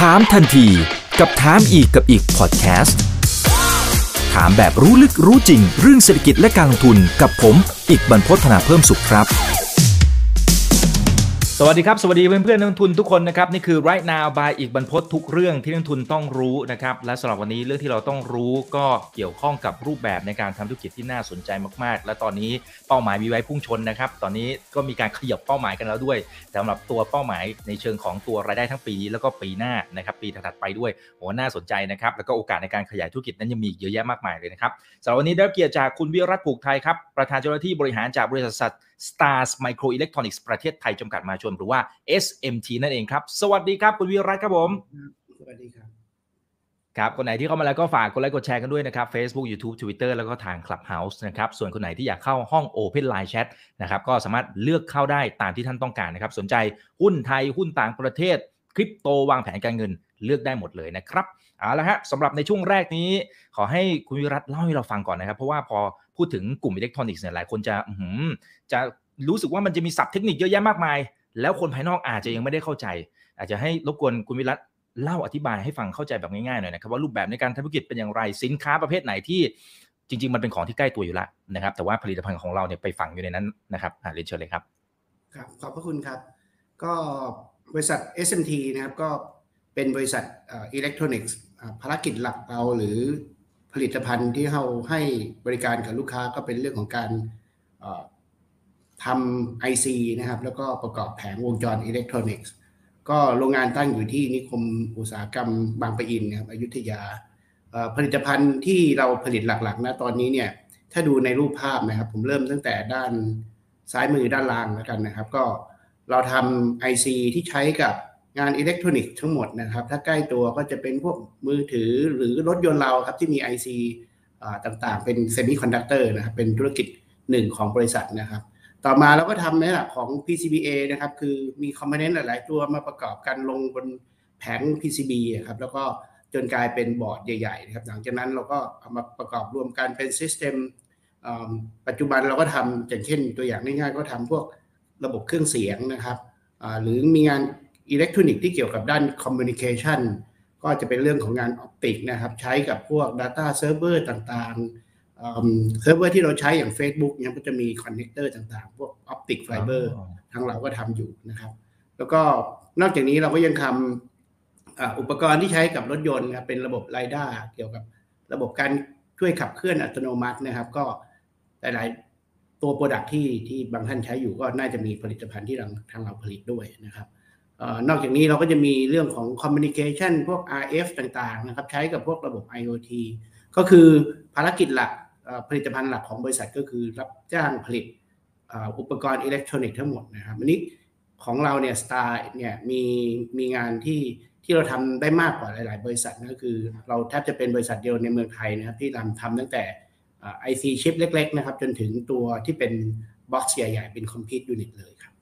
ถามทันทีกับถามอีกกับอีกพอดแคสต์ถามแบบรู้ลึกรู้จริงเรื่องเศรษฐกิจและการลงทุนกับผมอีกบรรพต ธนาเพิ่มสุขครับสวัสดีครับสวัสดีเพื่อนๆนักลงทุนทุกคนนะครับนี่คือ Right Now by อีกบรรพตทุกเรื่องที่นักลงทุนต้องรู้นะครับและสำหรับวันนี้เรื่องที่เราต้องรู้ก็เกี่ยวข้องกับรูปแบบในการทำธุรกิจที่น่าสนใจมากๆและตอนนี้เป้าหมายมีไว้พุ่งชนนะครับตอนนี้ก็มีการขยับเป้าหมายกันแล้วด้วยสำหรับตัวเป้าหมายในเชิงของตัวรายได้ทั้งปีนี้แล้วก็ปีหน้านะครับปีถัดๆไปด้วยโหน่าสนใจนะครับแล้วก็โอกาสในการขยายธุรกิจนั้นยังมีเยอะแยะมากมายเลยนะครับสำหรับวันนี้ได้รับเกียรติจากคุณวิรัตผูกไทยครับประธานเจ้าหน้าที่บริหารจากบริษัทStars Microelectronics ประเทศไทยจำกัดมหาชนหรือว่า SMT นั่นเองครับสวัสดีครับคุณวิรัตครับผมสวัสดีครับครับคนไหนที่เข้ามาแล้วก็ฝากกดไลค์กดแชร์กันด้วยนะครับ Facebook YouTube Twitter แล้วก็ทาง Clubhouse นะครับส่วนคนไหนที่อยากเข้าห้อง Open Line Chat นะครับก็สามารถเลือกเข้าได้ตามที่ท่านต้องการนะครับสนใจหุ้นไทยหุ้นต่างประเทศคริปโตวางแผนการเงินเลือกได้หมดเลยนะครับเอาละฮะสำหรับในช่วงแรกนี้ขอให้คุณวิรัตเล่าให้เราฟังก่อนนะครับเพราะว่าพอพูดถึงกลุ่มอิเล็กทรอนิกส์เนี่ยหลายคนจะรู้สึกว่ามันจะมีศัพท์เทคนิคเยอะแยะมากมายแล้วคนภายนอกอาจจะยังไม่ได้เข้าใจอาจจะให้รบกวนคุณวิรัตเล่าอธิบายให้ฟังเข้าใจแบบง่ายๆหน่อยนะครับว่ารูปแบบในการทำธุรกิจเป็นอย่างไรสินค้าประเภทไหนที่จริงๆมันเป็นของที่ใกล้ตัวอยู่แล้วนะครับแต่ว่าผลิตภัณฑ์ของเราเนี่ยไปฝังอยู่ในนั้นนะครับเรียนเชิญเลยครับครับขอบพระคุณครับก็บริษัท SMT นะครับก็เป็นบริษัทอิเล็กทรอนิกส์ภารกิจหลักเราหรือผลิตภัณฑ์ที่เราให้บริการกับลูกค้าก็เป็นเรื่องของการทำ IC นะครับแล้วก็ประกอบแผงวงจรอิเล็กทรอนิกส์ก็โรงงานตั้งอยู่ที่นิคมอุตสาหกรรมบางปะอินนะครับอยุธยาผลิตภัณฑ์ที่เราผลิตหลักๆนะตอนนี้เนี่ยถ้าดูในรูปภาพนะครับผมเริ่มตั้งแต่ด้านซ้ายมือด้านล่างแล้วกันนะครับก็เราทำ IC ที่ใช้กับงานอิเล็กทรอนิกส์ทั้งหมดนะครับถ้าใกล้ตัวก็จะเป็นพวกมือถือหรือรถยนต์เราครับที่มี IC ต่างๆเป็นเซมิคอนดักเตอร์นะครับเป็นธุรกิจหนึ่งของบริษัทนะครับต่อมาเราก็ทำในหลักของ PCBA นะครับคือมีคอมโพเนนต์หลายๆตัวมาประกอบกันลงบนแผง PCB ครับแล้วก็จนกลายเป็นบอร์ดใหญ่ๆนะครับหลังจากนั้นเราก็เอามาประกอบรวมกันเป็นซิสเต็มปัจจุบันเราก็ทำอย่างเช่นตัวอย่างง่ายๆก็ทำพวกระบบเครื่องเสียงนะครับหรือมีงานอิเล็กทรอนิกส์ที่เกี่ยวกับด้านคอมมิวนิเคชันก็จะเป็นเรื่องของงานออปติกนะครับใช้กับพวก Data Server ต่างๆเซิร์ฟเวอร์ที่เราใช้อย่าง Facebook เนี่ยก็จะมีคอนเนคเตอร์ต่างๆพวกออปติกไฟเบอร์ทางเราก็ทำอยู่นะครับแล้วก็นอกจากนี้เราก็ยังทำอุปกรณ์ที่ใช้กับรถยนต์ครับเป็นระบบไรด้าเกี่ยวกับระบบการช่วยขับเคลื่อนอัตโนมัตินะครับก็หลายๆตัวโปรดักที่บางท่านใช้อยู่ก็น่าจะมีผลิตภัณฑ์ที่ทางเราผลิตด้วยนะครับนอกจากนี้เราก็จะมีเรื่องของ communication พวก RF ต่างๆนะครับใช้กับพวกระบบ IoT ก็คือภารกิจหลักผลิตภัณฑ์หลักของบริษัทก็คือรับจ้างผลิตอุปกรณ์อิเล็กทรอนิกส์ทั้งหมดนะครับวันนี้ของเราเนี่ย Star เนี่ยมีงานที่เราทำได้มากกว่าหลายๆบริษัทก็คือเราแทบจะเป็นบริษัทเดียวในเมืองไทยนะครับที่ทำตั้งแต่IC ชิปเล็กๆนะครับจนถึงตัวที่เป็นบ็อกซ์ใหญ่ๆเป็น Complete Unit เลยครับ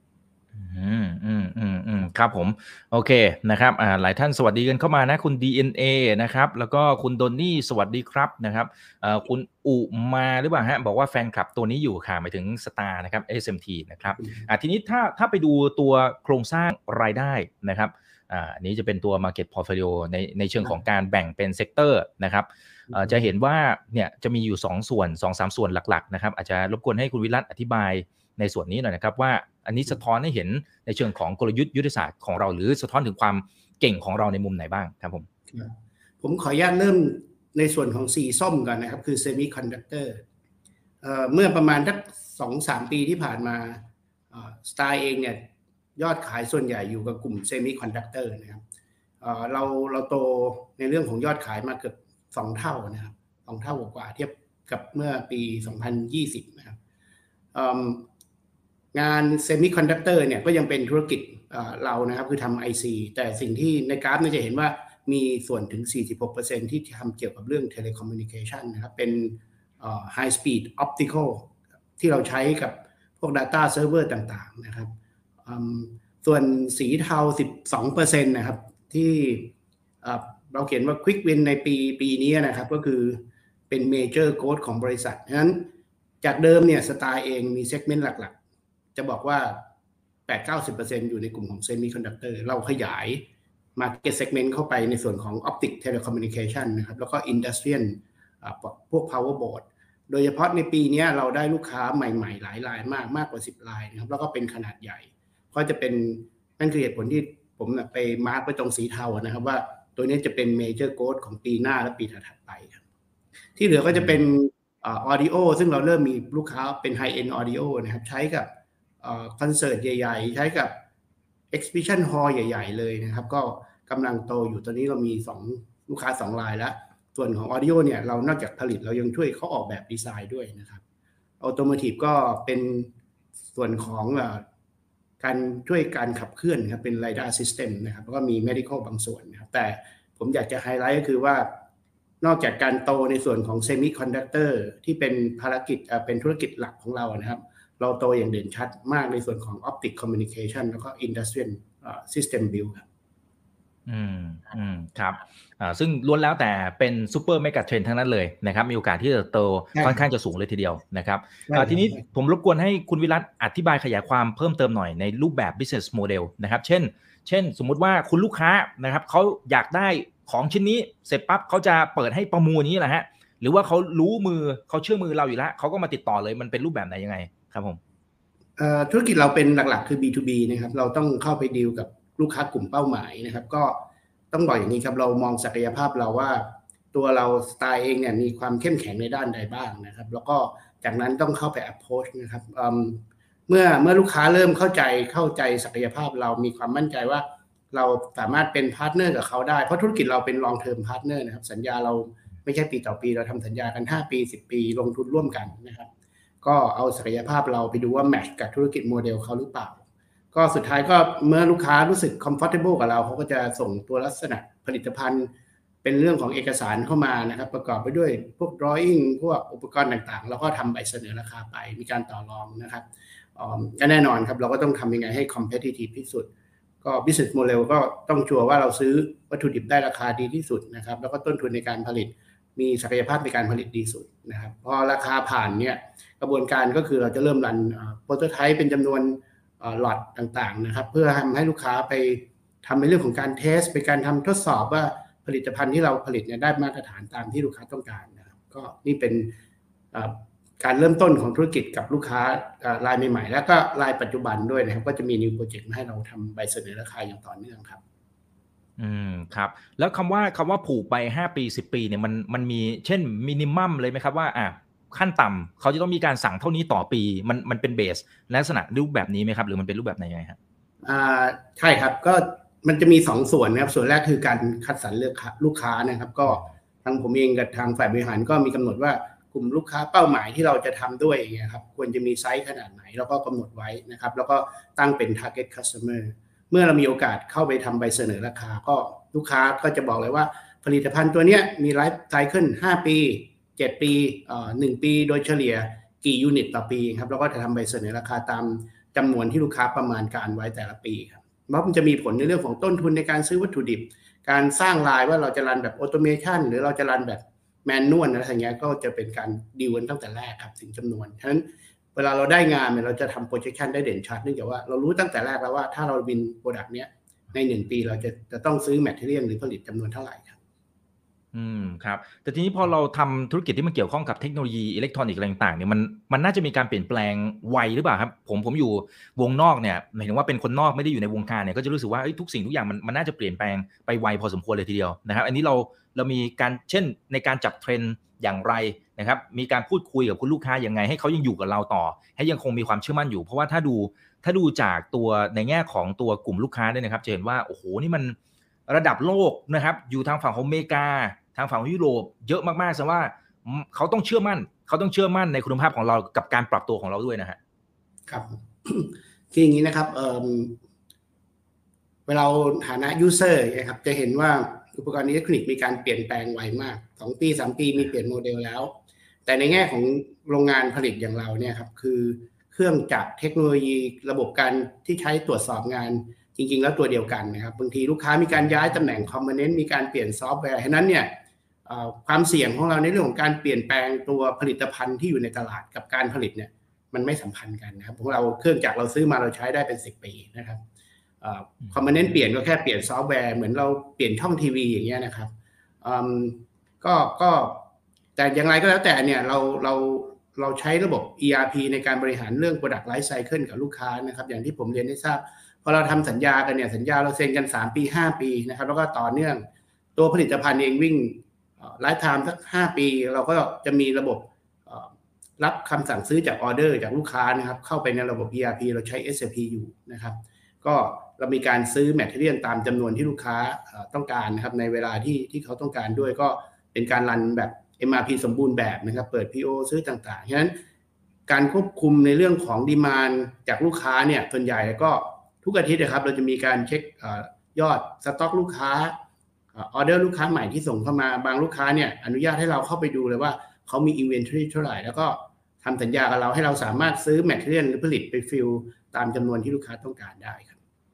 ครับผมโอเคนะครับหลายท่านสวัสดีกันเข้ามานะคุณ DNA นะครับแล้วก็คุณดอนนี่สวัสดีครับนะครับคุณอุมาหรือเปล่าฮะบอกว่าแฟนคลับตัวนี้อยู่ค่ะหมายถึง Star นะครับ SMT นะครับทีนี้ถ้าไปดูตัวโครงสร้างรายได้นะครับอันนี้จะเป็นตัว Market Portfolio ในเชิงของการแบ่งเป็นเซกเตอร์นะครับจะเห็นว่าเนี่ยจะมีอยู่2 ส่วน 2-3 ส่วนหลักๆนะครับอาจจะรบกวนให้คุณวิรัตอธิบายในส่วนนี้หน่อยนะครับว่าอันนี้สะท้อนให้เห็นในเชิงของกลยุทธ์ยุทธศาสตร์ของเราหรือสะท้อนถึงความเก่งของเราในมุมไหนบ้างครับผมขออนุญาตเริ่มในส่วนของสีส้มก่อนนะครับคือเซมิคอนดักเตอร์เมื่อประมาณสัก 2-3 ปีที่ผ่านมาStar เองเนี่ยยอดขายส่วนใหญ่อยู่กับกลุ่มเซมิคอนดักเตอร์นะครับเราโตในเรื่องของยอดขายมาเกือบ2 เท่านะครับ2 เท่ากว่าเทียบกับเมื่อปี 2020 นะครับงานเซมิคอนดักเตอร์เนี่ยก็ยังเป็นธุรกิจเรานะครับคือทำ IC แต่สิ่งที่ในกราฟเนี่ยจะเห็นว่ามีส่วนถึง 46% ที่ทำเกี่ยวกับเรื่อง Telecommunication นะครับเป็นHigh Speed Optical ที่เราใช้กับพวก Data Server ต่างๆนะครับส่วนสีเทา 12% นะครับที่เราเขียนว่า Quick Win ในปีนี้นะครับก็คือเป็น Major Growth ของบริษัทฉะนั้นจากเดิมเนี่ย Star เองมี segment หลักๆจะบอกว่า 80-90% อยู่ในกลุ่มของ Semiconductor เราขยาย market segment เข้าไปในส่วนของ optic telecommunication นะครับแล้วก็ industrial พวก power board โดยเฉพาะในปีนี้เราได้ลูกค้าใหม่ๆหลายรายมากกว่า10รายนะครับแล้วก็เป็นขนาดใหญ่ก็จะเป็นนั่นคือเหตุผลที่ผมไปมาร์กไว้ตรงสีเทานะครับว่าตัวนี้จะเป็น major growth ของปีหน้าและปีถัดไปครับที่เหลือก็จะเป็นaudio ซึ่งเราเริ่มมีลูกค้าเป็น high end audio นะครับใช้กับคอนเสิร์ตใหญ่ๆใช้กับ exhibition hall ใหญ่ๆเลยนะครับก็กำลังโตอยู่ตอนนี้เรามี2ลูกค้า2รายแล้วส่วนของ audio เนี่ยเรานอกจากผลิตเรายังช่วยเขาออกแบบดีไซน์ด้วยนะครับ automotive ก็เป็นส่วนของการช่วยการขับเคลื่อนครับเป็น radar system นะครับแล้วก็มี medical บางส่วนนะครับแต่ผมอยากจะไฮไลท์ก็คือว่านอกจากการโตในส่วนของ semiconductor ที่เป็นภารกิจเป็นธุรกิจหลักของเรานะครับเราโตอย่างเด่นชัดมากในส่วนของ optic communication แล้วก็ industrial system build ครับครับซึ่งล้วนแล้วแต่เป็นซูเปอร์เมกะเทรนด์ทั้งนั้นเลยนะครับมีโอกาสที่จะโตค่อนข้างจะสูงเลยทีเดียวนะครับทีนี้ผมรบกวนให้คุณวิรัตอธิบายขยายความเพิ่มเติมหน่อยในรูปแบบ business model นะครับเช่นสมมุติว่าคุณลูกค้านะครับเขาอยากได้ของชิ้นนี้เสร็จปั๊บเขาจะเปิดให้ประมูลนี้แหละฮะหรือว่าเขารู้มือเขาเชื่อมือเราอยู่แล้วเขาก็มาติดต่อเลยมันเป็นรูปแบบไหนยังไงครับผมธุรกิจเราเป็นหลักๆคือ B2B นะครับเราต้องเข้าไปดีลกับลูกค้ากลุ่มเป้าหมายนะครับก็ต้องบอกอย่างนี้ครับเรามองศักยภาพเราว่าตัวเราสไตล์เองเนี่ยมีความเข้มแข็งในด้านใดบ้างนะครับแล้วก็จากนั้นต้องเข้าไป approach นะครับเมื่อลูกค้าเริ่มเข้าใจศักยภาพเรามีความมั่นใจว่าเราสามารถเป็นพาร์ทเนอร์กับเขาได้เพราะธุรกิจเราเป็น long term partner นะครับสัญญาเราไม่ใช่ปีต่อปีเราทำสัญญากัน5ปี10ปีลงทุนร่วมกันนะครับก็เอาศักยภาพเราไปดูว่าแมทช์กับธุรกิจโมเดลเขาหรือเปล่าก็สุดท้ายก็เมื่อลูกค้ารู้สึก comfortable กับเราเขาก็จะส่งตัวลักษณะผลิตภัณฑ์เป็นเรื่องของเอกสารเข้ามานะครับประกอบไปด้วยพวก drawing พวกอุปกรณ์ต่างๆแล้วก็ทำใบเสนอราคาไปมีการต่อรองนะครับก็แน่นอนครับเราก็ต้องทำยังไงให้ competitive ที่สุดก็ business model ก็ต้องชัวร์ว่าเราซื้อวัตถุดิบได้ราคาดีที่สุดนะครับแล้วก็ต้นทุนในการผลิตมีศักยภาพในการผลิตดีสุดนะครับพอราคาผ่านเนี่ยกระบวนการก็คือเราจะเริ่มรันโปรโตไทป์เป็นจำนวนหลอดต่างๆนะครับเพื่อทำให้ลูกค้าไปทำในเรื่องของการเทสไปการทำทดสอบว่าผลิตภัณฑ์ที่เราผลิตเนี่ยได้มาตรฐานตามที่ลูกค้าต้องการนะครับก็นี่เป็นการเริ่มต้นของธุรกิจกับลูกค้ารายใหม่ๆแล้วก็รายปัจจุบันด้วยนะครับก็จะมี new project มาให้เราทำใบเสนอราคาอย่างต่อเนื่องครับครับแล้วคำว่าผูกไป5ปี10ปีเนี่ยมันมีเช่นมินิมัมเลยไหมครับว่าขั้นต่ำเขาจะต้องมีการสั่งเท่านี้ต่อปีมันเป็นเบสลักษณะรูปแบบนี้ไหมครับหรือมันเป็นรูปแบบไหนยังไงครับใช่ครับก็มันจะมี2ส่วนนะครับส่วนแรกคือการคัดสรรเลือกลูกค้านะครับก็ทางผมเองกับทางฝ่ายบริหารก็มีกำหนดว่ากลุ่มลูกค้าเป้าหมายที่เราจะทำด้วยอย่างเงี้ยครับควรจะมีไซส์ขนาดไหนแล้วก็กำหนดไว้นะครับแล้วก็ตั้งเป็น target customer เมื่อเรามีโอกาสเข้าไปทำใบเสนอราคาก็ลูกค้าก็จะบอกเลยว่าผลิตภัณฑ์ตัวนี้มีไลฟ์ไซเคิล5ปี7ปี1ปีโดยเฉลี่ยกี่ยูนิตต่อปีครับแล้วก็จะทำใบเสนอราคาตามจำนวนที่ลูกค้าประมาณการไว้แต่ละปีครับเพราะมันจะมีผลในเรื่องของต้นทุนในการซื้อวัตถุดิบการสร้างลายว่าเราจะรันแบบออโตเมชันหรือเราจะรันแบบแมนนวลอะไรอย่างเงี้ยก็จะเป็นการดีลกันตั้งแต่แรกครับถึงจำนวนฉะนั้นเวลาเราได้งานเนี่ยเราจะทำโปรเจคชันได้เด่นชัดเนื่องจากว่าเรารู้ตั้งแต่แรกแล้วว่าถ้าเราวินโปรดักต์เนี้ยใน1ปีเราจะต้องซื้อแมทเทอเรียลหรือผลิตจำนวนเท่าไหร่ครับครับแต่ทีนี้พอเราทำธุรกิจที่มันเกี่ยวข้องกับเทคโนโลยีอิเล็กทรอนิกส์อะไรต่างๆเนี่ยมันน่าจะมีการเปลี่ยนแปลงไวหรือเปล่าครับผมอยู่วงนอกเนี่ยหมายถึงว่าเป็นคนนอกไม่ได้อยู่ในวงการเนี่ยก็จะรู้สึกว่าทุกสิ่งทุกอย่างมันน่าจะเปลี่ยนแปลงไปไวพอสมควรเลยทีเดียวนะครับอันนี้เรามีการเช่นในการจับเทรนด์อย่างไรนะครับมีการพูดคุยกับคุณลูกค้ายังไงให้เขายังอยู่กับเราต่อให้ยังคงมีความเชื่อมั่นอยู่เพราะว่าถ้าดูจากตัวในแง่ของตัวกลุ่มลูกค้าเนี่ยนะครับจะเห็นว่าโอ้โหนี่มันระดับโลกนะครับอยู่ทางฝั่งของอเมริกาทางฝั่งยุโรปเยอะมากๆซะว่าเขาต้องเชื่อมั่นในคุณภาพของเรากับการปรับตัวของเราด้วยนะฮะครับคืออย่างนี้นะครับเวลาฐานะยูเซอร์นะครับจะเห็นว่าอุปกรณ์อิเล็กทรอนิกส์มีการเปลี่ยนแปลงไวมาก2ปี3ปีมีเปลี่ยนโมเดลแล้วแต่ในแง่ของโรงงานผลิตอย่างเราเนี่ยครับคือเครื่องจักรเทคโนโลยีระบบการที่ใช้ตรวจสอบงานจริงๆแล้วตัวเดียวกันนะครับบางทีลูกค้ามีการย้ายตำแหน่งคอมโพเนนต์มีการเปลี่ยนซอฟต์แวร์ฉะนั้นเนี่ยความเสี่ยงของเราในเรื่องของการเปลี่ยนแปลงตัวผลิตภัณฑ์ที่อยู่ในตลาดกับการผลิตเนี่ยมันไม่สัมพันธ์กันนะครับของเราเครื่องจักรเราซื้อมาเราใช้ได้เป็น10ปีนะครับคอมโพเนนต์เปลี่ยนก็แค่เปลี่ยนซอฟต์แวร์เหมือนเราเปลี่ยนช่องทีวีอย่างเงี้ยนะครับก็แต่อย่างไรก็แล้วแต่เนี่ยเราใช้ระบบ ERP ในการบริหารเรื่อง Product Life Cycle กับลูกค้านะครับอย่างที่ผมเรียนให้ทราบพอเราทำสัญญากันเนี่ยสัญญาเราเซ็นกัน3ปี5ปีนะครับแล้วก็ต่อเนื่องตัวผลิตภัณฑ์เองวิ่งไลฟ์ไทม์สัก5ปีเราก็จะมีระบบรับคำสั่งซื้อจากออเดอร์จากลูกค้านะครับเข้าไปในระบบ ERP เราใช้ SAP อยู่นะครับก็เรามีการซื้อแมทเทอเรียลตามจำนวนที่ลูกค้าต้องการนะครับในเวลาที่เขาต้องการด้วยก็เป็นการรันแบบ MRP สมบูรณ์แบบนะครับเปิด PO ซื้อต่างๆฉะนั้นการควบคุมในเรื่องของดีมานด์จากลูกค้าเนี่ยส่วนใหญ่ก็ทุกอาทิตย์นะครับเราจะมีการเช็คยอดสต็อกลูกค้าออเดอร์ลูกค้าใหม่ที่ส่งเข้ามาบางลูกค้าเนี่ยอนุญาตให้เราเข้าไปดูเลยว่าเขามี inventory เท่าไหร่แล้วก็ทำสัญญากับเราให้เราสามารถซื้อแมทเทอเรียลหรือผลิตไปฟิลตามจำนวนที่ลูกค้าต้องการได้ครับ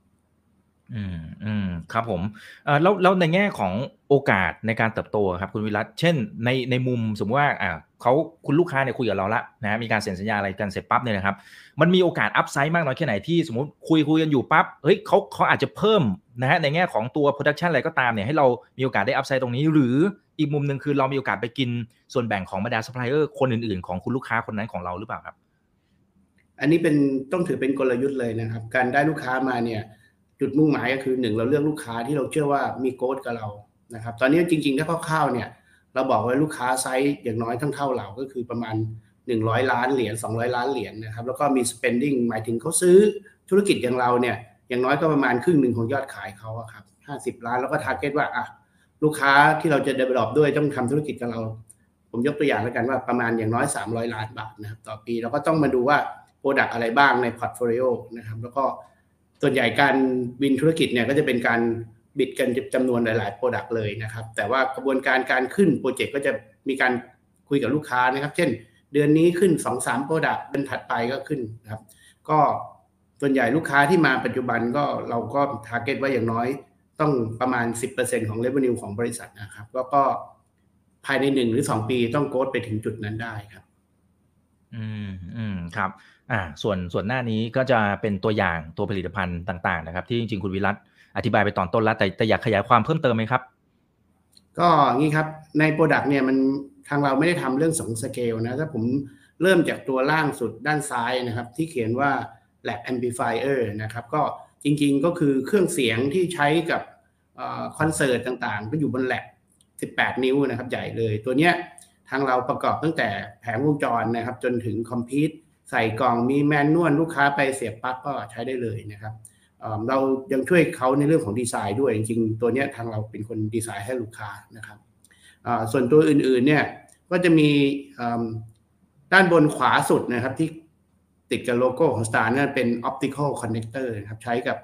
ครับผมแล้วในแง่ของโอกาสในการเติบโตครับคุณวิรัตเช่นในมุมสมมติว่าคุณลูกค้าเนี่ยคุยกับเราละนะมีการเซ็นสัญญาอะไรกันเสร็จปั๊บเนี่ยนะครับมันมีโอกาสอัพไซด์มากน้อยแค่ไหนที่สมมติคุยกันอยู่ปั๊บเฮ้ยเขาอาจจะเพิ่มนะฮะในแง่ของตัว production อะไรก็ตามเนี่ยให้เรามีโอกาสได้อัพไซด์ตรงนี้หรืออีกมุมนึงคือเรามีโอกาสไปกินส่วนแบ่งของบรรดาซัพพลายเออร์คนอื่นๆของคุณลูกค้าคนนั้นของเราหรือเปล่าครับอันนี้ต้องถือเป็นกลยุทธ์เลยนะครับการได้ลูกค้ามาเนี่ยจุดมุ่งหมายก็คือ1เราเลือกลูกค้าที่เราเชื่อว่ามีโกดกับเรานะครับตอนนี้จริงๆถ้าคร่าวๆเนี่ยเราบอกว่าลูกค้าไซส์อย่างน้อยเท่าเราก็คือประมาณ100ล้านเหรียญ200ล้านเหรียญนะครับแล้วก็มี spending หมายถึงเขาซื้อธุรกิจอย่างเราเนี่ยอย่างน้อยก็ประมาณครึ่งนึงของยอดขายเขาครับ50ล้านแล้วก็ target ว่าลูกค้าที่เราจะ develop ด้วยต้องทำธุรกิจกับเราผมยกตัวอย่างแล้วกันว่าประมาณอย่างน้อย300ล้านบาทนะครับต่อปีเราก็ต้องมาดูว่า product อะไรบ้างใน portfolio นะครับแล้วก็ส่วนใหญ่การวินธุรกิจเนี่ยก็จะเป็นการบิดกันจำนวนหลายๆ product เลยนะครับแต่ว่ากระบวนการขึ้นโปรเจกต์ก็จะมีการคุยกับลูกค้านะครับเช่นเดือนนี้ขึ้น 2-3 product เดือนถัดไปก็ขึ้นนะครับก็ส่วนใหญ่ลูกค้าที่มาปัจจุบันก็เราก็ target ว่าอย่างน้อยต้องประมาณ 10% ของ revenue ของบริษัทนะครับก็ภายใน1หรือ2ปีต้องโกรธไปถึงจุดนั้นได้ครับครับส่วนหน้านี้ก็จะเป็นตัวอย่างตัวผลิตภัณฑ์ต่างๆนะครับที่จริงๆคุณวิรัตอธิบายไปตอนต้นแล้วแต่อยากขยายความเพิ่มเติมไหมครับก็งี้ครับใน product เนี่ยมันทางเราไม่ได้ทำเรื่อง2 scale นะถ้าผมเริ่มจากตัวล่างสุดด้านซ้ายนะครับที่เขียนว่า lab amplifier นะครับก็จริงๆก็คือเครื่องเสียงที่ใช้กับคอนเสิร์ตต่างๆก็อยู่บน lab 18 นิ้วนะครับใหญ่เลยตัวเนี้ยทางเราประกอบตั้งแต่แผงวงจรนะครับจนถึงคอมพิวต์ใส่กล่องมีแมนนวลลูกค้าไปเสียบปลั๊กก็ใช้ได้เลยนะครับเรายังช่วยเขาในเรื่องของดีไซน์ด้วยจริงๆตัวนี้ทางเราเป็นคนดีไซน์ให้ลูกค้านะครับส่วนตัวอื่นๆเนี่ยก็จะมีด้านบนขวาสุดนะครับที่ติดกับโลโก้ของ Star นั่นเป็น Optical Connector นะครับใช้กับ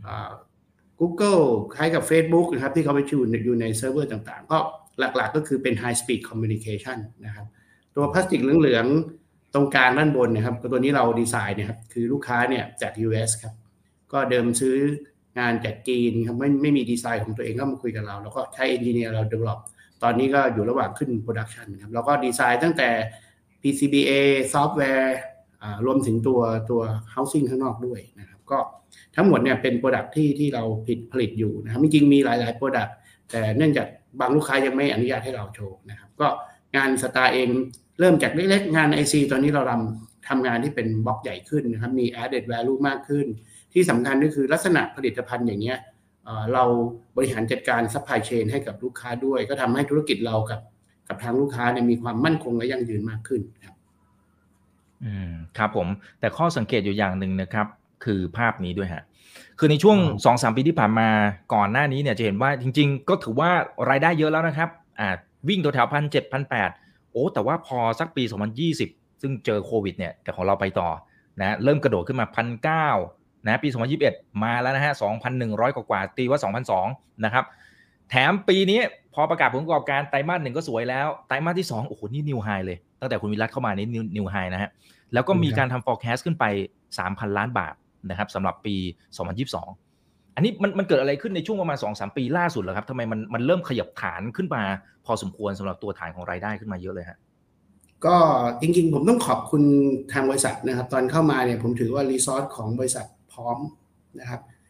Google ใช้กับ Facebook นะครับที่เขาไปอยู่ในเซิร์ฟเวอร์ต่างๆก็หลักๆก็คือเป็น High Speed Communication นะครับตัวพลาสติกเหลืองๆตรงกลางด้านบนนะครับตัวนี้เราดีไซน์นะครับคือลูกค้าเนี่ยจาก US ครับก็เดิมซื้องานจากจีนครับไม่มีดีไซน์ของตัวเองก็มาคุยกับเราแล้วก็ใช้เอนจิเนียร์เรา develop ตอนนี้ก็อยู่ระหว่างขึ้น production ครับแล้วก็ดีไซน์ตั้งแต่ PCBA ซอฟต์แวร์รวมถึงตัว housing ข้างนอกด้วยนะครับก็ทั้งหมดเนี่ยเป็น product ที่เราผลิตอยู่นะครับจริงๆมีหลายๆ product แต่เนื่องจากบางลูกค้ายังไม่อนุญาตให้เราโชว์นะครับก็งานสตาร์เองเริ่มจากเล็กๆงาน IC ตอนนี้เราทำงานที่เป็นบล็อกใหญ่ขึ้นนะครับมี added value มากขึ้นที่สำคัญก็คือลักษณะผลิตภัณฑ์อย่างเงี้ยเราบริหารจัดการ supply chain ให้กับลูกค้าด้วยก็ทำให้ธุรกิจเรากับทางลูกค้าเนี่ยมีความมั่นคงและยั่งยืนมากขึ้นครับครับผมแต่ข้อสังเกตอยู่อย่างหนึ่งนะครับคือภาพนี้ด้วยฮะคือในช่วง 2-3 ปีที่ผ่านมาก่อนหน้านี้เนี่ยจะเห็นว่าจริงๆก็ถือว่ารายได้เยอะแล้วนะครับวิ่งแถวๆ 1,700-1,800 โอ้แต่ว่าพอสักปี2020ซึ่งเจอโควิดเนี่ยแต่ของเราไปต่อนะเริ่มกระโดดขึ้นมา 1,900 นะปี2021มาแล้วนะฮะ 2,100 กว่าตีว่า 2,200 นะครับแถมปีนี้พอประกาศผลประกอบการไตรมาส1ก็สวยแล้วไตรมาสที่2โอ้โหนี่นิวไฮเลยตั้งแต่คุณวิรัตเข้ามานี่นิวไฮนะฮะแล้วก็มีการทำ forecast ขึ้นไป 3,000 ล้านบาทนะครับสำหรับปี 2022 อันนี้มันเกิดอะไรขึ้นในช่วงประมาณ 2-3 ปีล่าสุดเหรอครับทำไมมันเริ่มขยับฐานขึ้นมาพอสมควรสำหรับตัวฐานของรายได้ขึ้นมาเยอะเลยฮะก็จริงๆผมต้องขอบคุณทางบริษัทนะครับตอนเข้ามาเนี่ยผมถือว่ารีซอสของบริษัทพร้อมนะครับ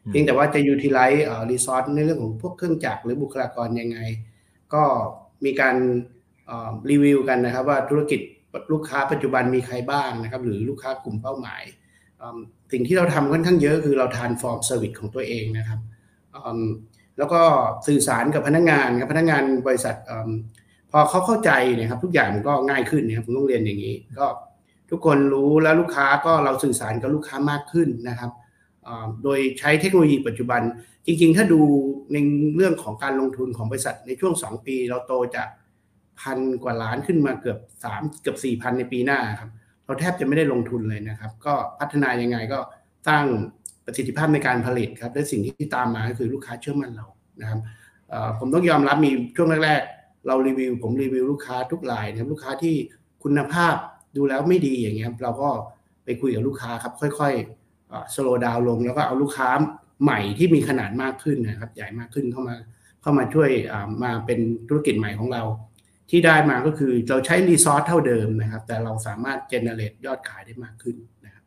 เพียงแต่ว่าจะ utilize resource ในเรื่องของพวกเครื่องจักรหรือบุคลากรยังไงก็มีการรีวิวกันนะครับว่าธุรกิจลูกค้าปัจจุบันมีใครบ้างนะครับหรือลูกค้ากลุ่มเป้าหมายสิ่งที่เราทำค่อนข้างเยอะคือเรา transform service ของตัวเองนะครับแล้วก็สื่อสารกับพนักงานครับพนักงานบริษัทพอเขาเข้าใจนะครับทุกอย่างมันก็ง่ายขึ้นนะครับผมต้องเรียนอย่างนี้ก็ทุกคนรู้แล้วลูกค้าก็เราสื่อสารกับลูกค้ามากขึ้นนะครับโดยใช้เทคโนโลยีปัจจุบันจริงๆถ้าดูในเรื่องของการลงทุนของบริษัทในช่วง2ปีเราโตจาก1,000 กว่าล้านขึ้นมาเกือบ 4,000 ในปีหน้าครับเราแทบจะไม่ได้ลงทุนเลยนะครับก็พัฒนายังไงก็สร้างประสิทธิภาพในการผลิตครับและสิ่งที่ตามมาก็คือลูกค้าเชื่อมั่นเรานะครับผมต้องยอมรับมีช่วงแรกๆผมรีวิวลูกค้าทุกรายนะครับลูกค้าที่คุณภาพดูแล้วไม่ดีอย่างเงี้ยเราก็ไปคุยกับลูกค้าครับค่อยๆslow down ลงแล้วก็เอาลูกค้าใหม่ที่มีขนาดมากขึ้นนะครับใหญ่มากขึ้นเข้ามาช่วยมาเป็นธุรกิจใหม่ของเราที่ได้มาก็คือเราใช้รีซอสเท่าเดิมนะครับแต่เราสามารถเจเนเรตยอดขายได้มากขึ้นนะครับ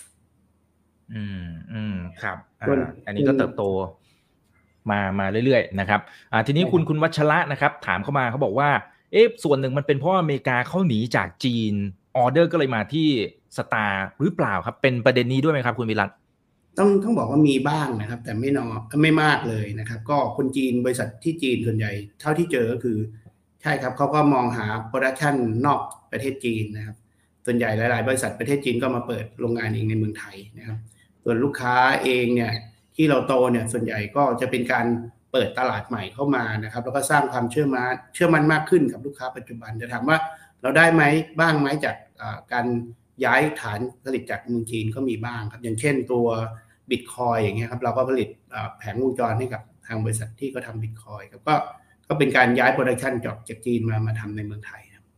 ครับอันนี้ก็เติบโตมาเรื่อยๆนะครับทีนี้คุณวัชระนะครับถามเข้ามาเขาบอกว่าส่วนหนึ่งมันเป็นเพราะอเมริกาเขาหนีจากจีนออเดอร์ก็เลยมาที่สตาร์หรือเปล่าครับเป็นประเด็นนี้ด้วยไหมครับคุณวิรัตต้องบอกว่ามีบ้างนะครับแต่ไม่มากเลยนะครับก็คนจีนบริษัทที่จีนส่วนใหญ่เท่าที่เจอก็คือใช่ครับเขาก็มองหาโปรดักชันนอกประเทศจีนนะครับส่วนใหญ่หลายๆบริษัทประเทศจีนก็มาเปิดโรงงานเองในเมืองไทยนะครับส่วนลูกค้าเองเนี่ยที่เราโตเนี่ยส่วนใหญ่ก็จะเป็นการเปิดตลาดใหม่เข้ามานะครับแล้วก็สร้างความเชื่อมั่นมากขึ้นกับลูกค้าปัจจุบันจะถามว่าเราได้ไหมบ้างไหมจากการย้ายฐานผลิตจากเมืองจีนก็มีบ้างครับอย่างเช่นตัวBitcoin อย่างเงี้ยครับเราก็ผลิตแผงวงจรให้กับทางบริษัทที่เขาทำ Bitcoin ครับก็เป็นการย้ายโปรดักชันจากจีนมาทำในเมืองไทยครับ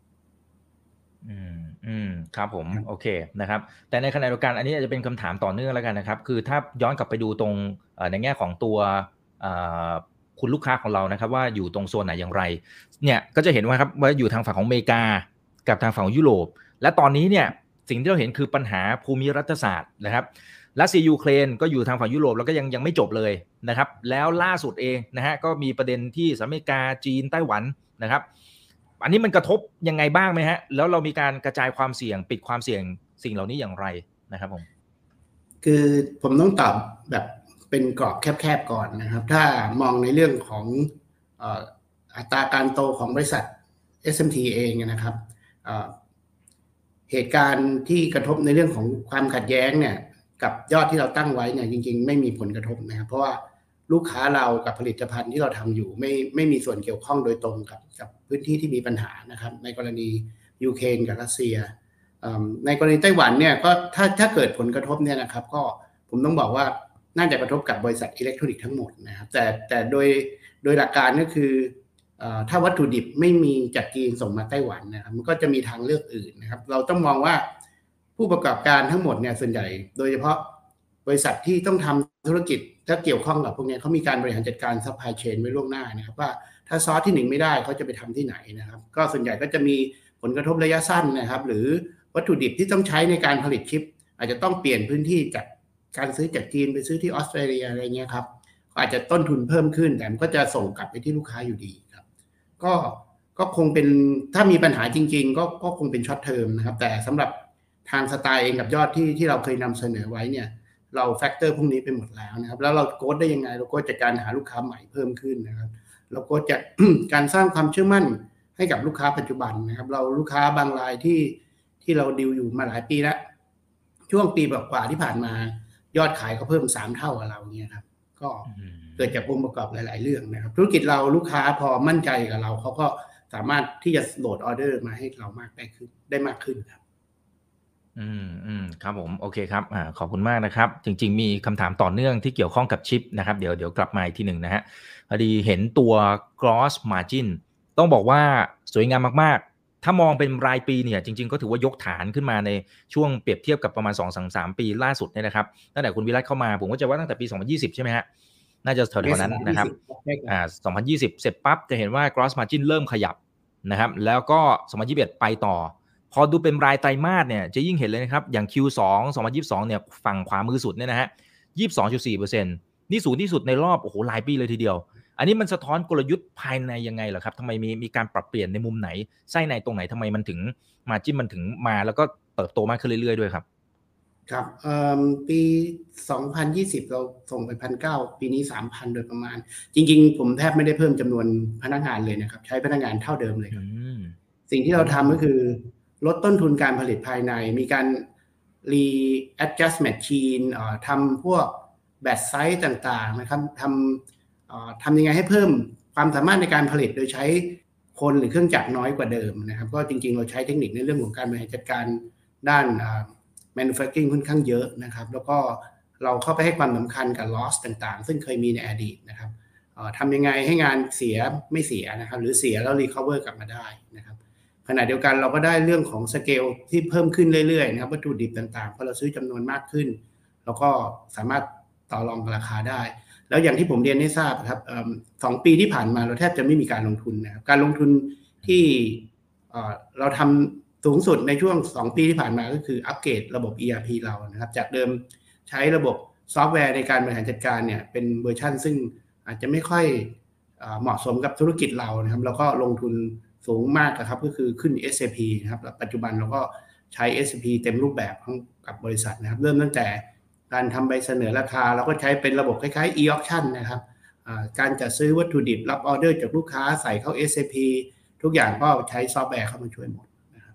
ครับผมโอเคนะครับแต่ในขณะเดียวกันอันนี้อาจจะเป็นคำถามต่อเนื่องแล้วกันนะครับคือถ้าย้อนกลับไปดูตรงในแง่ของตัวคุณลูกค้าของเรานะครับว่าอยู่ตรงโซนไหนอย่างไรเนี่ยก็จะเห็นว่าครับว่าอยู่ทางฝั่งของอเมริกากับทางฝั่งยุโรปและตอนนี้เนี่ยสิ่งที่เราเห็นคือปัญหาภูมิรัฐศาสตร์นะครับรัสเซียยูเครนก็อยู่ทางฝั่งยุโรปแล้วก็ยังไม่จบเลยนะครับแล้วล่าสุดเองนะฮะก็มีประเด็นที่สหรัฐอเมริกาจีนไต้หวันนะครับอันนี้มันกระทบยังไงบ้างไหมฮะแล้วเรามีการกระจายความเสี่ยงปิดความเสี่ยงสิ่งเหล่านี้อย่างไรนะครับผมคือผมต้องตอบแบบเป็นกรอบแคบๆก่อนนะครับถ้ามองในเรื่องของอัตราการโตของบริษัท SMT เองนะครับเหตุการณ์ที่กระทบในเรื่องของความขัดแย้งเนี่ยกับยอดที่เราตั้งไว้เนี่ยจริงๆไม่มีผลกระทบนะครับเพราะว่าลูกค้าเรากับผลิตภัณฑ์ที่เราทำอยู่ไม่มีส่วนเกี่ยวข้องโดยตรงกับพื้นที่ที่มีปัญหานะครับในกรณียูเครนกับรัสเซียในกรณีไต้หวันเนี่ยก็ถ้าเกิดผลกระทบเนี่ยนะครับก็ผมต้องบอกว่าน่าจะกระทบกับบริษัทอิเล็กทรอนิกส์ทั้งหมดนะครับแต่โดยหลักการก็คือถ้าวัตถุดิบไม่มีจากจีนส่งมาไต้หวันนะครับมันก็จะมีทางเลือกอื่นนะครับเราต้องมองว่าผู้ประกอบการทั้งหมดเนี่ยส่วนใหญ่โดยเฉพาะบริษัทที่ต้องทำธุรกิจถ้าเกี่ยวข้องกับพวกนี้เขามีการบริหารจัดการซัพพลายเชนไว้ล่วงหน้านะครับว่าถ้าซอสที่หนึ่งไม่ได้เขาจะไปทำที่ไหนนะครับก็ส่วนใหญ่ก็จะมีผลกระทบระยะสั้นนะครับหรือวัตถุดิบที่ต้องใช้ในการผลิตชิปอาจจะต้องเปลี่ยนพื้นที่จากการซื้อจากจีนไปซื้อที่ออสเตรเลียอะไรเงี้ยครับอาจจะต้นทุนเพิ่มขึ้นแต่มันก็จะส่งกลับไปที่ลูกค้าอยู่ดีครับก็คงเป็นถ้ามีปัญหาจริงๆก็คงเป็นช็อตเทอมนะครับแต่สำหรับทางสไตล์เองกับยอดที่เราเคยนำเสนอไว้เนี่ยเราแฟกเตอร์พวกนี้ไปหมดแล้วนะครับแล้วเราโค้ดได้ยังไงเราโค้ดจากการหาลูกค้าใหม่เพิ่มขึ้นนะครับเราโค้ดจาก การสร้างความเชื่อมั่นให้กับลูกค้าปัจจุบันนะครับเราลูกค้าบางรายที่เราดีลอยู่มาหลายปีแล้วช่วงปีกว่าที่ผ่านมายอดขายก็เพิ่ม3เท่ากับเราเนี่ยครับก็เกิดจากองค์ประกอบหลายๆเรื่องนะครับธุรกิจเราลูกค้าพอมั่นใจกับเราเขาก็สามารถที่จะโหลดออเดอร์มาให้เรามากได้มากขึ้นครับครับผมโอเคครับขอบคุณมากนะครับจริงๆมีคำถามต่อเนื่องที่เกี่ยวข้องกับชิปนะครับเดี๋ยวกลับมาอีกทีหนึ่งนะฮะพอดีเห็นตัว gross margin ต้องบอกว่าสวยงามมากๆถ้ามองเป็นรายปีเนี่ยจริงๆก็ถือว่ายกฐานขึ้นมาในช่วงเปรียบเทียบกับประมาณ 2-3 ปีล่าสุดเนี่ยนะครับตั้งแต่คุณวิรัตเข้ามาผมก็จะว่าตั้งแต่ปี2020ใช่ไหมฮะน่าจะแถวๆนั้นนะครับ2020เสร็จปั๊บจะเห็นว่า gross margin เริ่มขยับนะครับแล้วก็2021ไปต่อพอดูเป็นรายไตรมาสเนี่ยจะยิ่งเห็นเลยนะครับอย่าง Q2 2022เนี่ยฝั่งขวามือสุดเนี่ยนะฮะ 22.4% นี่สูงที่สุดในรอบโอ้โหหลายปีเลยทีเดียวอันนี้มันสะท้อนกลยุทธ์ภายในยังไงเหรอครับทำไมมีการปรับเปลี่ยนในมุมไหนไส้ในตรงไหนทำไมมันถึงmarginมันถึงมาแล้วก็เติบโตมากขึ้นเรื่อยๆด้วยครับครับปี2020เราส่งไป 1,900 ปีนี้ 3,000 โดยประมาณจริงๆผมแทบไม่ได้เพิ่มจำนวนพนักงานเลยนะครับใช้พนักงานเท่าเดิมเลยครับสิ่งที่เราทำก็คือลดต้นทุนการผลิตภายในมีการ readjust machine ทำพวก batch size ต่างๆนะครับทำยังไงให้เพิ่มความสามารถในการผลิตโดยใช้คนหรือเครื่องจักรน้อยกว่าเดิมนะครับก็จริงๆเราใช้เทคนิคในเรื่องของการบริหารจัดการด้านmanufacturing ค่อนข้างเยอะนะครับแล้วก็เราเข้าไปให้ความสำคัญกับ loss ต่างๆซึ่งเคยมีในอดีตนะครับทำยังไงให้งานเสียไม่เสียนะครับหรือเสียแล้ว recover กลับมาได้นะครับขณะเดียวกันเราก็ได้เรื่องของ scale ที่เพิ่มขึ้นเรื่อยๆนะครับวัตถุดิบต่างๆพอเราซื้อจำนวนมากขึ้นเราก็สามารถต่อรองราคาได้แล้วอย่างที่ผมเรียนให้ทราบครับ2 ปีที่ผ่านมาเราแทบจะไม่มีการลงทุนนะครับการลงทุนที่เราทำสูงสุดในช่วง2 ปีที่ผ่านมาก็คืออัปเกรดระบบ ERP เรานะครับจากเดิมใช้ระบบซอฟต์แวร์ในการบริหารจัดการเนี่ยเป็นเวอร์ชันซึ่งอาจจะไม่ค่อยเหมาะสมกับธุรกิจเรานะครับแล้วก็ลงทุนสูงมากนะครับก็คือขึ้น SAP นะครับปัจจุบันเราก็ใช้ SAP เต็มรูปแบบกับบริษัทนะครับเริ่มตั้งแต่การทำใบเสนอราคาเราก็ใช้เป็นระบบคล้ายๆ e-auction นะครับการจัดซื้อวัตถุดิบรับออเดอร์จากลูกค้าใส่เข้า SAP ทุกอย่างก็ใช้ซอฟต์แวร์เข้ามาช่วยหมด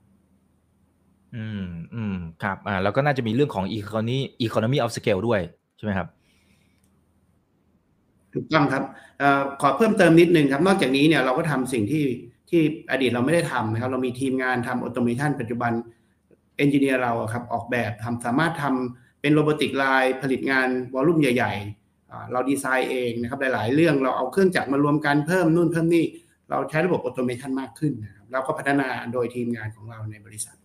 ครับแล้วก็น่าจะมีเรื่องของ economy of scale ด้วยใช่ไหมครับถูกต้องครับขอเพิ่มเติมนิดนึงครับนอกจากนี้เนี่ยเราก็ทำสิ่งที่อดีตเราไม่ได้ทำนะครับเรามีทีมงานทำออโตเมชันปัจจุบันเอนจิเนียร์เราครับออกแบบสามารถทำเป็นโรบอติกไลน์ผลิตงานวอลลุ่มใหญ่ๆเราดีไซน์เองนะครับหลายๆเรื่องเราเอาเครื่องจักรมารวมกันเพิ่มนู่นเพิ่มนี่เราใช้ระบบออโตเมชันมากขึ้นนะครับแล้วก็พัฒนาโดยทีมงานของเราในบริษัท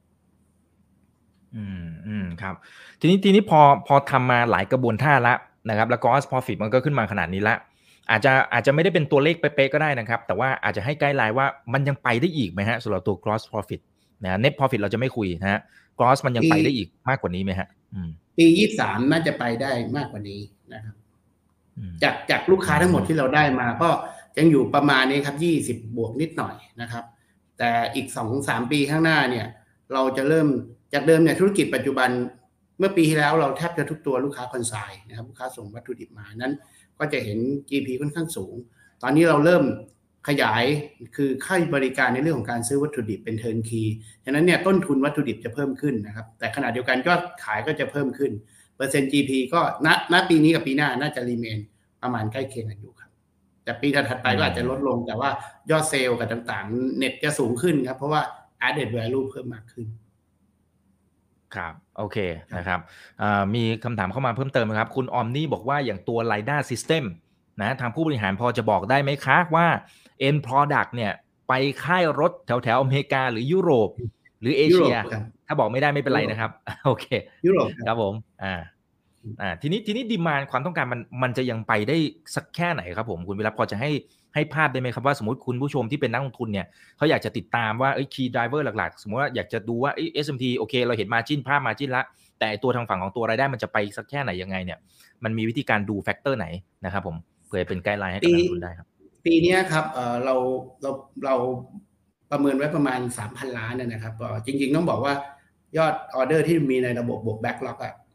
ครับทีนี้พอทำมาหลายกระบวนท่าละนะครับแล้ว gross profit มันก็ขึ้นมาขนาดนี้ละอาจจะไม่ได้เป็นตัวเลขเป๊ะๆก็ได้นะครับแต่ว่าอาจจะให้ไกด์ไลน์ว่ามันยังไปได้อีกไหมฮะสำหรับตัว gross profit นะ net profit เราจะไม่คุยนะฮะ gross มันยังไปได้อีกมากกว่านี้ไหมฮะปี23น่าจะไปได้มากกว่านี้นะครับจากลูกค้าทั้งหมดที่เราได้มาก็ยังอยู่ประมาณนี้ครับ20บวกนิดหน่อยนะครับแต่อีก 2-3 ปีข้างหน้าเนี่ยเราจะเริ่มจากเดิมเนี่ยธุรกิจปัจจุบันเมื่อปีที่แล้วเราแทบจะทุกตัวลูกค้าคอนไซน์นะครับลูกค้าส่งวัตถุดิบมานั้นก็จะเห็น GP ค่อนข้างสูงตอนนี้เราเริ่มขยายคือค่าบริการในเรื่องของการซื้อวัตถุดิบเป็นเทิร์นคีย์ฉะนั้นเนี่ยต้นทุนวัตถุดิบจะเพิ่มขึ้นนะครับแต่ขณะเดียวกันยอดขายก็จะเพิ่มขึ้นเปอร์เซ็นต์ GP ก็ณปีนี้กับปีหน้าน่าจะรีเมนประมาณใกล้เคียงกันอยู่ครับแต่ปีถัดไปก็อาจจะลดลงแต่ว่ายอดเซลล์กับต่างๆเน็ตจะสูงขึ้นครับเพราะว่า added value เพิ่มมากขึ้นครับโอเคนะครับมีคำถามเข้ามาเพิ่มเติมนะครับคุณออมนี่บอกว่าอย่างตัว LiDAR System นะทางผู้บริหารพอจะบอกได้ไหมคะว่า End Product เนี่ยไปค่ายรถแถวอเมริกาหรือยุโรปหรือเอเชียถ้าบอกไม่ได้ไม่เป็นไรนะครับโอเคยุโรปครับผมทีนี้ดีมานด์ความต้องการมันจะยังไปได้สักแค่ไหนครับผมคุณวิรัตพอจะให้ภาพได้ไหมครับว่าสมมติคุณผู้ชมที่เป็นนักลงทุนเนี่ยเขาอยากจะติดตามว่าคีย์ไดรเวอร์หลักๆสมมติว่าอยากจะดูว่า SMT โอเคเราเห็น margin ภาพ margin ละแต่ตัวทางฝั่งของตัวรายได้มันจะไปสักแค่ไหนยังไงเนี่ยมันมีวิธีการดูแฟกเตอร์ไหนนะครับผมเพื่อเป็นไกด์ไลน์ให้กับนักลงทุนได้ครับปีนี้ครับเราประเมินไว้ประมาณ 3,000 ล้านนะครับจริงๆต้องบอกว่ายอดออเดอร์ที่มีในระบบบวกแบ็คล็อก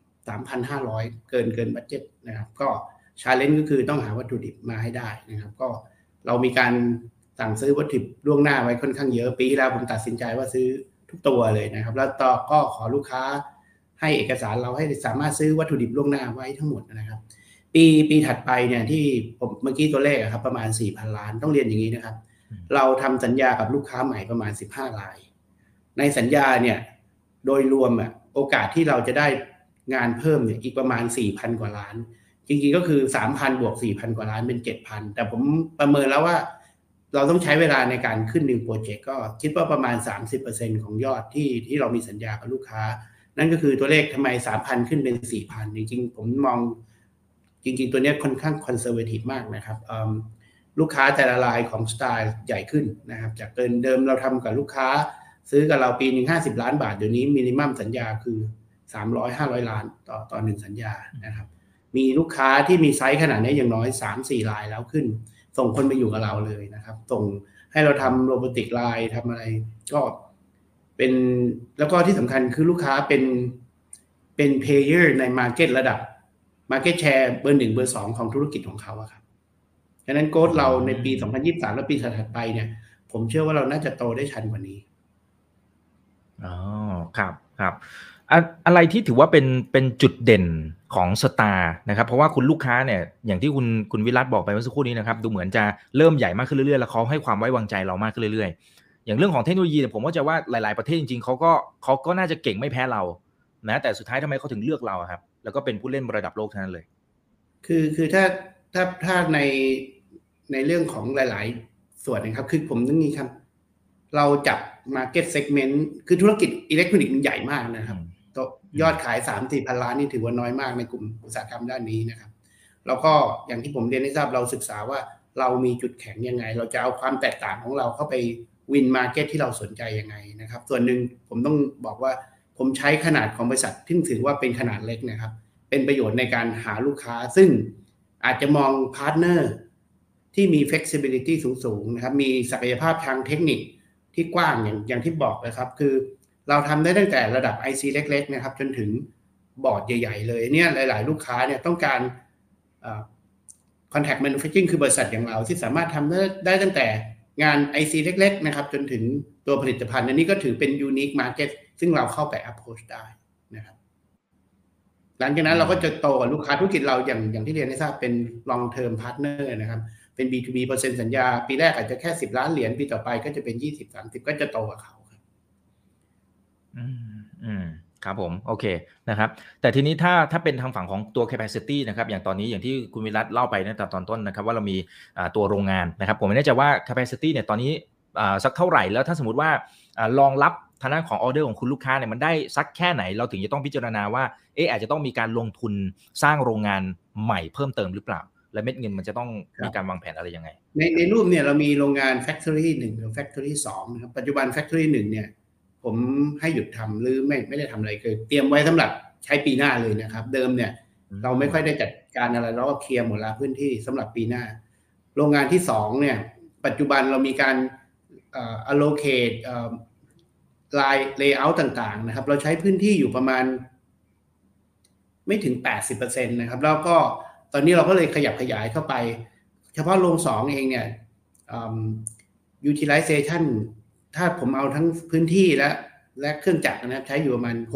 3,500 เกินบัดเจ็ตนะครับก็ชาเลนจ์ก็คือต้องหาวัตถุดิบมาให้ได้นะครับก็เรามีการสั่งซื้อวัตถุดิบล่วงหน้าไว้ค่อนข้างเยอะปีที่แล้วผมตัดสินใจว่าซื้อทุกตัวเลยนะครับแล้วต่อก็ขอลูกค้าให้เอกสารเราให้สามารถซื้อวัตถุดิบล่วงหน้าไว้ทั้งหมดนะครับปีถัดไปเนี่ยที่ผมเมื่อกี้ตัวเลขครับประมาณ 4,000 ล้านต้องเรียนอย่างนี้นะครับเราทำสัญญากับลูกค้าใหม่ประมาณ15รายในสัญญาเนี่ยโดยรวมโอกาสที่เราจะได้งานเพิ่มเนี่ยอีกประมาณ 4,000 กว่าล้านจริงๆก็คือ 3,000 บวก 4,000 กว่าล้านเป็น 7,000 แต่ผมประเมินแล้วว่าเราต้องใช้เวลาในการขึ้น1โปรเจกต์ก็คิดว่าประมาณ 30% ของยอดที่เรามีสัญญากับลูกค้านั่นก็คือตัวเลขทำไม 3,000 ขึ้นเป็น 4,000 จริงๆผมมองจริงๆตัวนี้ค่อนข้างคอนเซอร์เวทีฟมากนะครับลูกค้าแต่ละรายของสไตล์ใหญ่ขึ้นนะครับจากเดิมเราทำกับลูกค้าซื้อกับเราปีนึง50 ล้านบาทเดี๋ยวนี้มินิมัมสัญญาคือ300-500 ล้านต่อ1สัญญานะครับมีลูกค้าที่มีไซส์ขนาดนี้อย่างน้อย 3-4 รายแล้วขึ้นส่งคนไปอยู่กับเราเลยนะครับส่งให้เราทำโรบอติกไลน์ทำอะไรก็เป็นแล้วก็ที่สำคัญคือลูกค้าเป็นเพลเยอร์ในมาร์เก็ตระดับมาร์เก็ตแชร์เบอร์ 1 เบอร์ 2ของธุรกิจของเขาครับฉะนั้นโกลด์เราในปี 2023 และปีถัดไปเนี่ยผมเชื่อว่าเราน่าจะโตได้ชันกว่านี้อ๋อครับครับอะไรที่ถือว่าเป็นจุดเด่นของสตาร์นะครับเพราะว่าคุณลูกค้าเนี่ยอย่างที่คุณวิรัตบอกไปเมื่อสักครู่นี้นะครับดูเหมือนจะเริ่มใหญ่มากขึ้นเรื่อยๆแล้วเขาให้ความไว้วางใจเรามากขึ้นเรื่อยๆอย่างเรื่องของเทคโนโลยีเนี่ยผมว่าจะว่าหลายๆประเทศจริงๆเขาก็น่าจะเก่งไม่แพ้เรานะแต่สุดท้ายทำไมเขาถึงเลือกเราครับแล้วก็เป็นผู้เล่นระดับโลกทั้งนั้นเลยคือถ้าในเรื่องของหลายๆส่วนนะครับคือผมต้องนี้ครับเราจับ market segment คือธุรกิจอิเล็กทรอนิกส์มันใหญ่มากนะครับยอดขาย 3-4 พันล้านนี่ถือว่าน้อยมากในกลุ่มอุตสาหกรรมด้านนี้นะครับแล้วก็อย่างที่ผมเรียนให้ทราบเราศึกษาว่าเรามีจุดแข็งยังไงเราจะเอาความแตกต่างของเราเข้าไปวินมาร์เก็ตที่เราสนใจยังไงนะครับส่วนหนึ่งผมต้องบอกว่าผมใช้ขนาดของบริษัทที่ถือว่าเป็นขนาดเล็กนะครับเป็นประโยชน์ในการหาลูกค้าซึ่งอาจจะมองพาร์ทเนอร์ที่มี flexibility สูงๆนะครับมีศักยภาพทางเทคนิคที่กว้างอย่างที่บอกนะครับคือเราทำได้ตั้งแต่ระดับ IC เล็กๆนะครับจนถึงบอร์ดใหญ่ๆเลยเนี่ยหลายๆลูกค้าเนี่ยต้องการcontract manufacturing คือบริษัทอย่างเราที่สามารถทำได้ตั้งแต่งาน IC เล็กๆนะครับจนถึงตัวผลิตภัณฑ์อันนี้ก็ถือเป็น unique market ซึ่งเราเข้าไป approach ได้นะครับหลังจากนั้นเราก็จะโตกับลูกค้าธุรกิจเราอย่างที่เรียนให้ทราบเป็น long term partner นะครับเป็น B2B เปอร์เซ็นต์สัญญาปีแรกอาจจะแค่10 ล้านเหรียญปีต่อไปก็จะเป็น 20-30 ก็จะโตกับเขาครับครับผมโอเคนะครับแต่ทีนี้ถ้าเป็นทางฝั่งของตัว capacity นะครับอย่างตอนนี้อย่างที่คุณวิรัตเล่าไปในตอนต้นนะครับว่าเรามีตัวโรงงานนะครับผมไม่แน่ใจว่า capacity เนี่ยตอนนี้สักเท่าไหร่แล้วถ้าสมมติว่ารองรับทางด้านของออเดอร์ของคุณลูกค้าเนี่ยมันได้สักแค่ไหนเราถึงจะต้องพิจารณาว่าอาจจะต้องมีการลงทุนสร้างโรงงานใหม่เพิ่มเติมหรือเปล่าและเม็ดเงินมันจะต้องมีการวางแผนอะไรยังไงในรูปเนี่ยเรามีโรงงาน Factory 1 กับ Factory 2นะครับปัจจุบัน Factory 1เนี่ยผมให้หยุดทำหรือไม่ได้ทำอะไรคือเตรียมไว้สำหรับใช้ปีหน้าเลยนะครับเดิมเนี่ยเราไม่ค่อยได้จัดการอะไรเราก็เคลียร์หมดแล้วพื้นที่สำหรับปีหน้าโรงงานที่2เนี่ยปัจจุบันเรามีการallocate layout ต่างๆนะครับเราใช้พื้นที่อยู่ประมาณไม่ถึง 80% นะครับแล้วก็ตอนนี้เราก็เลยขยับขยายเข้าไปเฉพาะโรง2เองเนี่ยutilization ถ้าผมเอาทั้งพื้นที่และเครื่องจักรนะครับใช้อยู่ประมาณ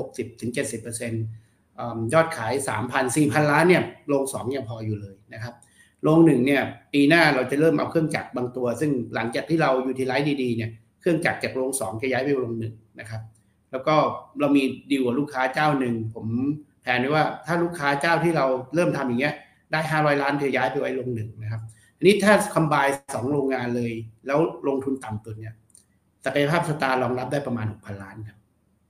60-70% ยอดขาย 3,000-4,000 ล้านเนี่ยโรง2ยังพออยู่เลยนะครับโรง1เนี่ยปีหน้าเราจะเริ่มเอาเครื่องจักรบางตัวซึ่งหลังจากที่เรา utilize ดีๆเนี่ยเครื่องจักรจากโรง2จะย้ายไปโรง1นะครับแล้วก็เรามีดีลกับลูกค้าเจ้าหนึ่งผมแผนไว้ว่าถ้าลูกค้าเจ้าที่เราเริ่มทำอย่างเงี้ยได้500 ล้านจะย้ายไปไว้โรง1นะครับอันนี้ถ้าคอมไบน์2โรงงานเลยแล้วลงทุนต่ำสุดเนี่ยศักยภาพสตาร์รองรับได้ประมาณ 6,000 ล้านครับ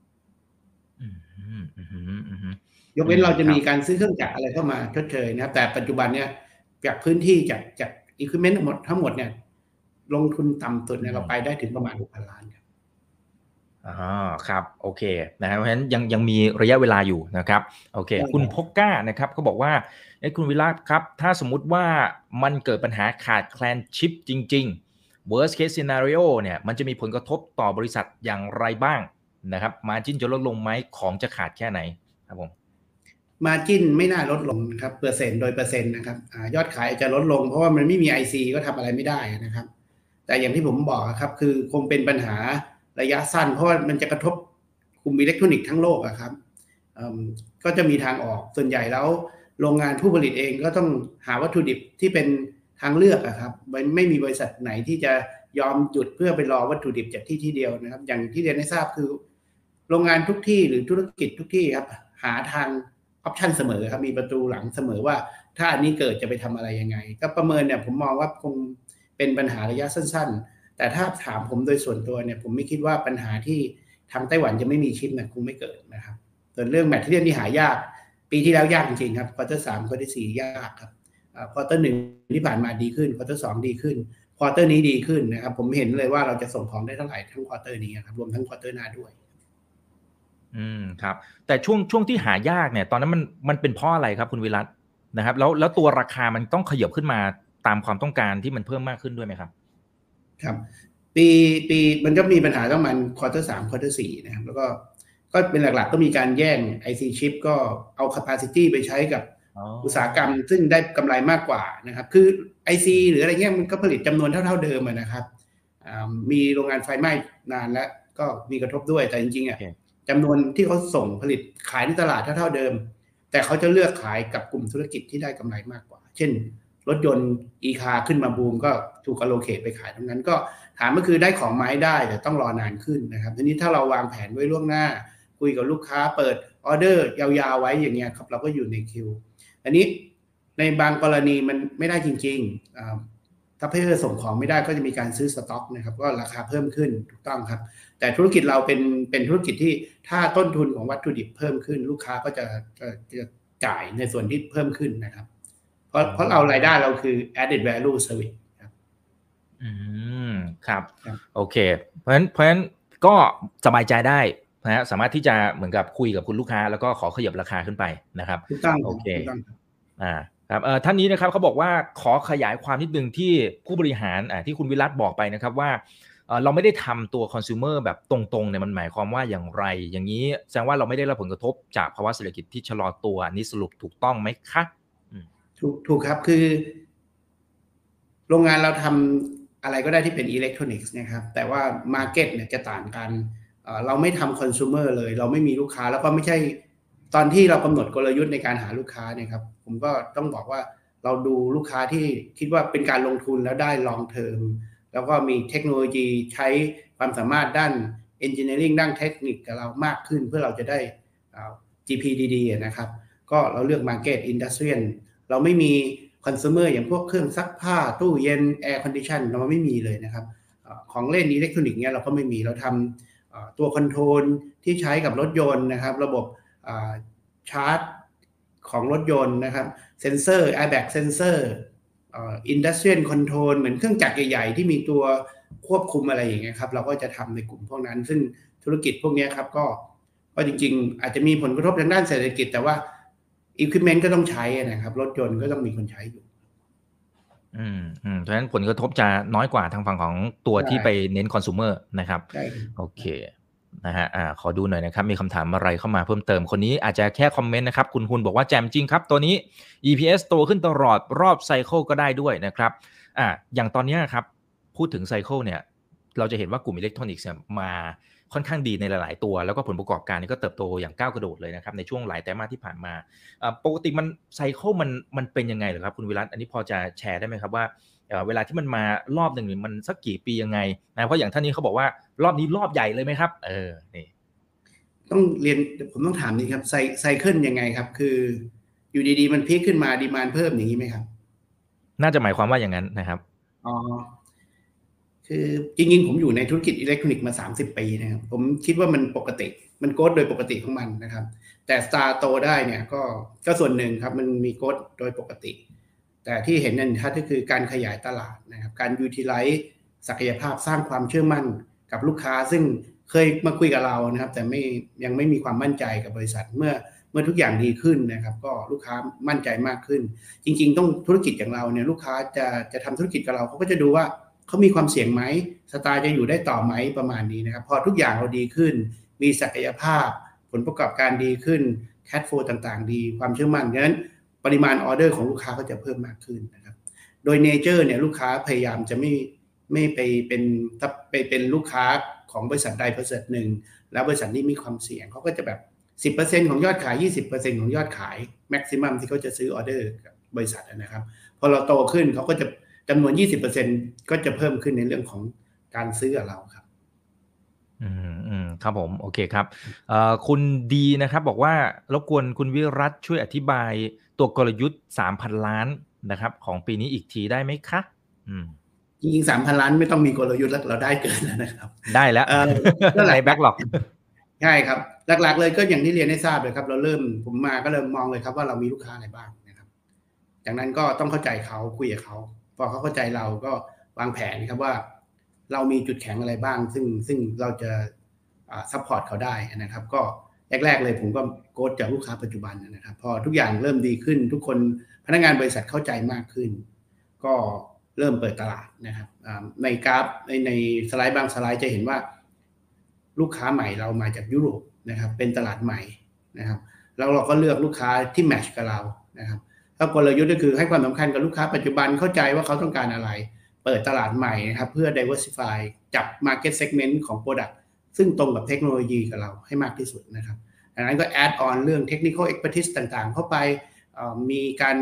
ยกเว้นเราจะมีการซื้อเครื่องจักรอะไรเข้ามาชดเชยนะครับแต่ปัจจุบันเนี่ยจากพื้นที่จากอิควิปเมนต์ทั้งหมดเนี่ยลงทุนต่ำสุดเนี่ยเราไปได้ถึงประมาณ 6,000 ล้านครับครับโอเคนะครับเพราะฉะนั้นยังมีระยะเวลาอยู่นะครับโอเคคุณพกก้านะครับเขาบอกว่าคุณวิรัตครับถ้าสมมุติว่ามันเกิดปัญหาขาดแคลนชิปจริงๆ worst case scenario เนี่ยมันจะมีผลกระทบต่อบริษัทอย่างไรบ้างนะครับ margin จะลดลงไหมของจะขาดแค่ไหนครับผม margin ไม่น่าลดลงครับเปอร์เซ็นต์โดยเปอร์เซ็นต์นะครับยอดขายจะลดลงเพราะว่ามันไม่มี IC ก็ทำอะไรไม่ได้นะครับแต่อย่างที่ผมบอกครับคือคงเป็นปัญหาระยะสั้นเพราะว่ามันจะกระทบกลุ่มอิเล็กทรอนิกส์ทั้งโลกครับก็จะมีทางออกส่วนใหญ่แล้วโรงงานผู้ผลิตเองก็ต้องหาวัตถุดิบที่เป็นทางเลือกครับไม่มีบริษัทไหนที่จะยอมหยุดเพื่อไปรอวัตถุดิบจากที่เดียวนะครับอย่างที่เรียนให้ทราบคือโรงงานทุกที่หรือธุรกิจทุกที่ครับหาทางออปชันเสมอครับมีประตูหลังเสมอว่าถ้าอันนี้เกิดจะไปทำอะไรยังไงก็ประเมินเนี่ยผมมองว่าคงเป็นปัญหาระยะสั้นๆแต่ถ้าถามผมโดยส่วนตัวเนี่ยผมไม่คิดว่าปัญหาที่ทางไต้หวันจะไม่มีชิปเนี่ยคงไม่เกิดนะครับส่วนเรื่องแมทเทียลที่หายากปีที่แล้วยากจริงๆครับควอเตอร์3ควอเตอร์4ยากครับควอเตอร์1ที่ผ่านมาดีขึ้นควอเตอร์2ดีขึ้นควอเตอร์นี้ดีขึ้นนะครับผมเห็นเลยว่าเราจะส่งของได้เท่าไหร่ทั้งควอเตอร์นี้ครับรวมทั้งควอเตอร์หน้าด้วยครับแต่ช่วงที่หายากเนี่ยตอนนั้นมันเป็นเพราะอะไรครับคุณวิรัตนะครับแล้วตัวราคามันต้องขยับขึ้นมาตามความต้องการที่มันเพิ่มมากขึ้นด้วยไหมครับครับปีมันก็มีปัญหาต้องมันควอเตอร์3ควอเตอร์4นะครับแล้วก็เป็นหลักๆก็มีการแย่ง IC chip ก็เอา capacity ไปใช้กับอุตสาหกรรมซึ่งได้กำไรมากกว่านะครับคือ IC หรืออะไรเงี้ยมันก็ผลิตจำนวนเท่าเดิมนะครับมีโรงงานไฟไหม้นานแล้วก็มีกระทบด้วยแต่จริงๆจำนวนที่เขาส่งผลิตขายในตลาดเท่าเดิมแต่เขาจะเลือกขายกับกลุ่มธุรกิจที่ได้กำไรมากกว่าเช่นรถยนต์ e-car ขึ้นมาบูมก็ถูกอโลเคทไปขายตรงนั้นก็ถามก็คือได้ของไม้ได้แต่ต้องรอนานขึ้นนะครับทีนี้ถ้าเราวางแผนไว้ล่วงหน้าคุยกับลูกค้าเปิดออเดอร์ยาวๆไว้อย่างเงี้ยครับเราก็อยู่ในคิวอันนี้ในบางกรณีมันไม่ได้จริงๆถ้าเพื่อส่งของไม่ได้ก็จะมีการซื้อสต็อกนะครับก็ราคาเพิ่มขึ้นถูกต้องครับแต่ธุรกิจเราเป็นธุรกิจที่ถ้าต้นทุนของวัตถุดิบเพิ่มขึ้นลูกค้าก็จะจ่ายในส่วนที่เพิ่มขึ้นนะครับเพราะเรารายได้เราคือ added value service ครับครับโอเคเพราะฉะนั้นก็สบายใจได้นะฮะสามารถที่จะเหมือนกับคุยกับคุณลูกค้าแล้วก็ขอขยับราคาขึ้นไปนะครับถูกต้องโอเคครับท่านนี้นะครับเขาบอกว่าขอขยายความนิดนึงที่ผู้บริหารที่คุณวิรัตบอกไปนะครับว่าเราไม่ได้ทำตัวคอน sumer แบบตรงๆเนี่ยมันหมายความว่าอย่างไรอย่างนี้แสดงว่าเราไม่ได้รับผลกระทบจากภาวะเศรษฐกิจที่ชะลอตัวนี่สรุปถูกต้องไหมคะถูกครับคือโรงงานเราทำอะไรก็ได้ที่เป็นอิเล็กทรอนิกส์นะครับแต่ว่ามาร์เก็ตเนี่ยจะต่างกันเราไม่ทำคอน sumer เลยเราไม่มีลูกค้าแล้วก็ไม่ใช่ตอนที่เรากำหนดกลยุทธ์ในการหาลูกค้าเนี่ยครับผมก็ต้องบอกว่าเราดูลูกค้าที่คิดว่าเป็นการลงทุนแล้วได้ long term แล้วก็มีเทคโนโลยีใช้ความสามารถด้าน engineering ด้านเทคนิคกับเรามากขึ้นเพื่อเราจะได้ GP ดีๆนะครับก็เราเลือก market industrial เราไม่มีคอน sumer อย่างพวกเครื่องซักผ้าตู้เย็นแอร์คอนดิชันเราไม่มีเลยนะครับของเล่นอิเล็กทรอนิกส์เนี่ยเราก็ไม่มีเราทำตัวคอนโทรลที่ใช้กับรถยนต์นะครับระบบชาร์จของรถยนต์นะครับเซนเซอร์แอร์แบ็กเซนเซอร์อินดัสเทรียลคอนโทรลเหมือนเครื่องจักรใหญ่ๆที่มีตัวควบคุมอะไรอย่างเงี้ยครับเราก็จะทำในกลุ่มพวกนั้นซึ่งธุรกิจพวกนี้ครับก็จริงๆอาจจะมีผลกระทบทางด้านเศรษฐกิจแต่ว่าequipment ก็ต้องใช้นะครับรถยนต์ก็ต้องมีคนใช้อยู่เพราะฉะนั้นผลกระทบจะน้อยกว่าทางฝั่งของตัวที่ไปเน้นคอน sumer นะครับโอเคนะฮะขอดูหน่อยนะครับมีคำถามอะไรเข้ามาเพิ่มเติมคนนี้อาจจะแค่คอมเมนต์นะครับคุณฮุนบอกว่าแจมจริงครับตัวนี้ EPS โตขึ้นตลอดรอบไซเคิลก็ได้ด้วยนะครับอย่างตอนนี้ครับพูดถึงไซเคิลเนี่ยเราจะเห็นว่ากลุ่มอิเล็กทรอนิกส์มาค่อนข้างดีในหลายๆตัวแล้วก็ผลประกอบการนี่ก็เติบโตอย่างก้าวกระโดดเลยนะครับในช่วงหลายไตรมาสที่ผ่านมาปกติมันไซเคิลมันเป็นยังไงเหรอครับคุณวิรัตอันนี้พอจะแชร์ได้ไหมครับว่าเวลาที่มันมารอบหนึ่งมันสักกี่ปียังไงนะเพราะอย่างท่านนี้เขาบอกว่ารอบนี้รอบใหญ่เลยไหมครับนี่ต้องเรียนผมต้องถามนี้ครับไซเคิลยังไงครับคืออยู่ดีๆมันพีคขึ้นมาดีมานด์เพิ่มอย่างนี้ไหมครับน่าจะหมายความว่าอย่างนั้นนะครับคือจริงๆผมอยู่ในธุรกิจอิเล็กทรอนิกส์มา30ปีนะครับผมคิดว่ามันปกติมันโกรธโดยปกติของมันนะครับแต่สตาร์โตได้เนี่ยก็ส่วนหนึ่งครับมันมีโกรธโดยปกติแต่ที่เห็นนั่นก็คือการขยายตลาดนะครับการยูทิลไลซ์ศักยภาพสร้างความเชื่อมั่นกับลูกค้าซึ่งเคยมาคุยกับเรานะครับแต่ยังไม่มีความมั่นใจกับบริษัทเมื่อทุกอย่างดีขึ้นนะครับก็ลูกค้ามั่นใจมากขึ้นจริงๆต้องธุรกิจอย่างเราเนี่ยลูกค้าจะทำธุรกิจกับเราเขาก็จะดูว่าเขามีความเสี่ยงไหมสตาร์จะอยู่ได้ต่อไหมประมาณนี้นะครับพอทุกอย่างเราดีขึ้นมีศักยภาพผลประกอบการดีขึ้นแคชโฟลว์ต่างๆดีความเชื่อมั่นดังนั้นปริมาณออเดอร์ของลูกค้าก็จะเพิ่มมากขึ้นนะครับโดยเนเจอร์เนี่ยลูกค้าพยายามจะไม่ไปเป็นลูกค้าของบริษัทใดบริษัทหนึ่งแล้วบริษัทนี้มีความเสี่ยงเขาก็จะแบบ 10% ของยอดขาย 20% ของยอดขายแม็กซิมัมที่เขาจะซื้อออเดอร์กับบริษัทนะครับพอเราโตขึ้นเขาก็จะจำนวน 20% ก็จะเพิ่มขึ้นในเรื่องของการซื้อกับเราครับครับผมโอเคครับคุณดีนะครับบอกว่ารบกวนคุณวิรัตช่วยอธิบายตัวกลยุทธ์ 3,000 ล้านนะครับของปีนี้อีกทีได้ไหมคะจริงๆ 3,000 ล้านไม่ต้องมีกลยุทธ์แล้วเราได้เกินแล้วนะครับได้แล้วในแบ็คหลอกใช่ครับหลักๆเลยก็อย่างที่เรียนให้ทราบเลยครับผมมาก็เริ่มมองเลยครับว่าเรามีลูกค้าอะไรบ้างนะครับจากนั้นก็ต้องเข้าใจเขาคุยกับเขาพอเขาเข้าใจเราก็วางแผนครับว่าเรามีจุดแข็งอะไรบ้างซึ่งเราจะซัพพอร์ตเขาได้นะครับก็แรกๆเลยผมก็โค้ชจากลูกค้าปัจจุบันนะครับพอทุกอย่างเริ่มดีขึ้นทุกคนพนักงานบริษัทเข้าใจมากขึ้นก็เริ่มเปิดตลาดนะครับในกราฟในสไลด์บางสไลด์จะเห็นว่าลูกค้าใหม่เรามาจากยุโรปนะครับเป็นตลาดใหม่นะครับแล้วเราก็เลือกลูกค้าที่แมทช์กับเรานะครับแล้วกลยุทธ์ก็คือให้ความสำคัญกับลูกค้าปัจจุบันเข้าใจว่าเขาต้องการอะไรเปิดตลาดใหม่นะครับเพื่อ diversify จับ market segment ของ product ซึ่งตรงกับเทคโนโลยีกับเราให้มากที่สุดนะครับดังนั้นก็ add on เรื่อง technical expertise ต่างๆเข้าไปมีการ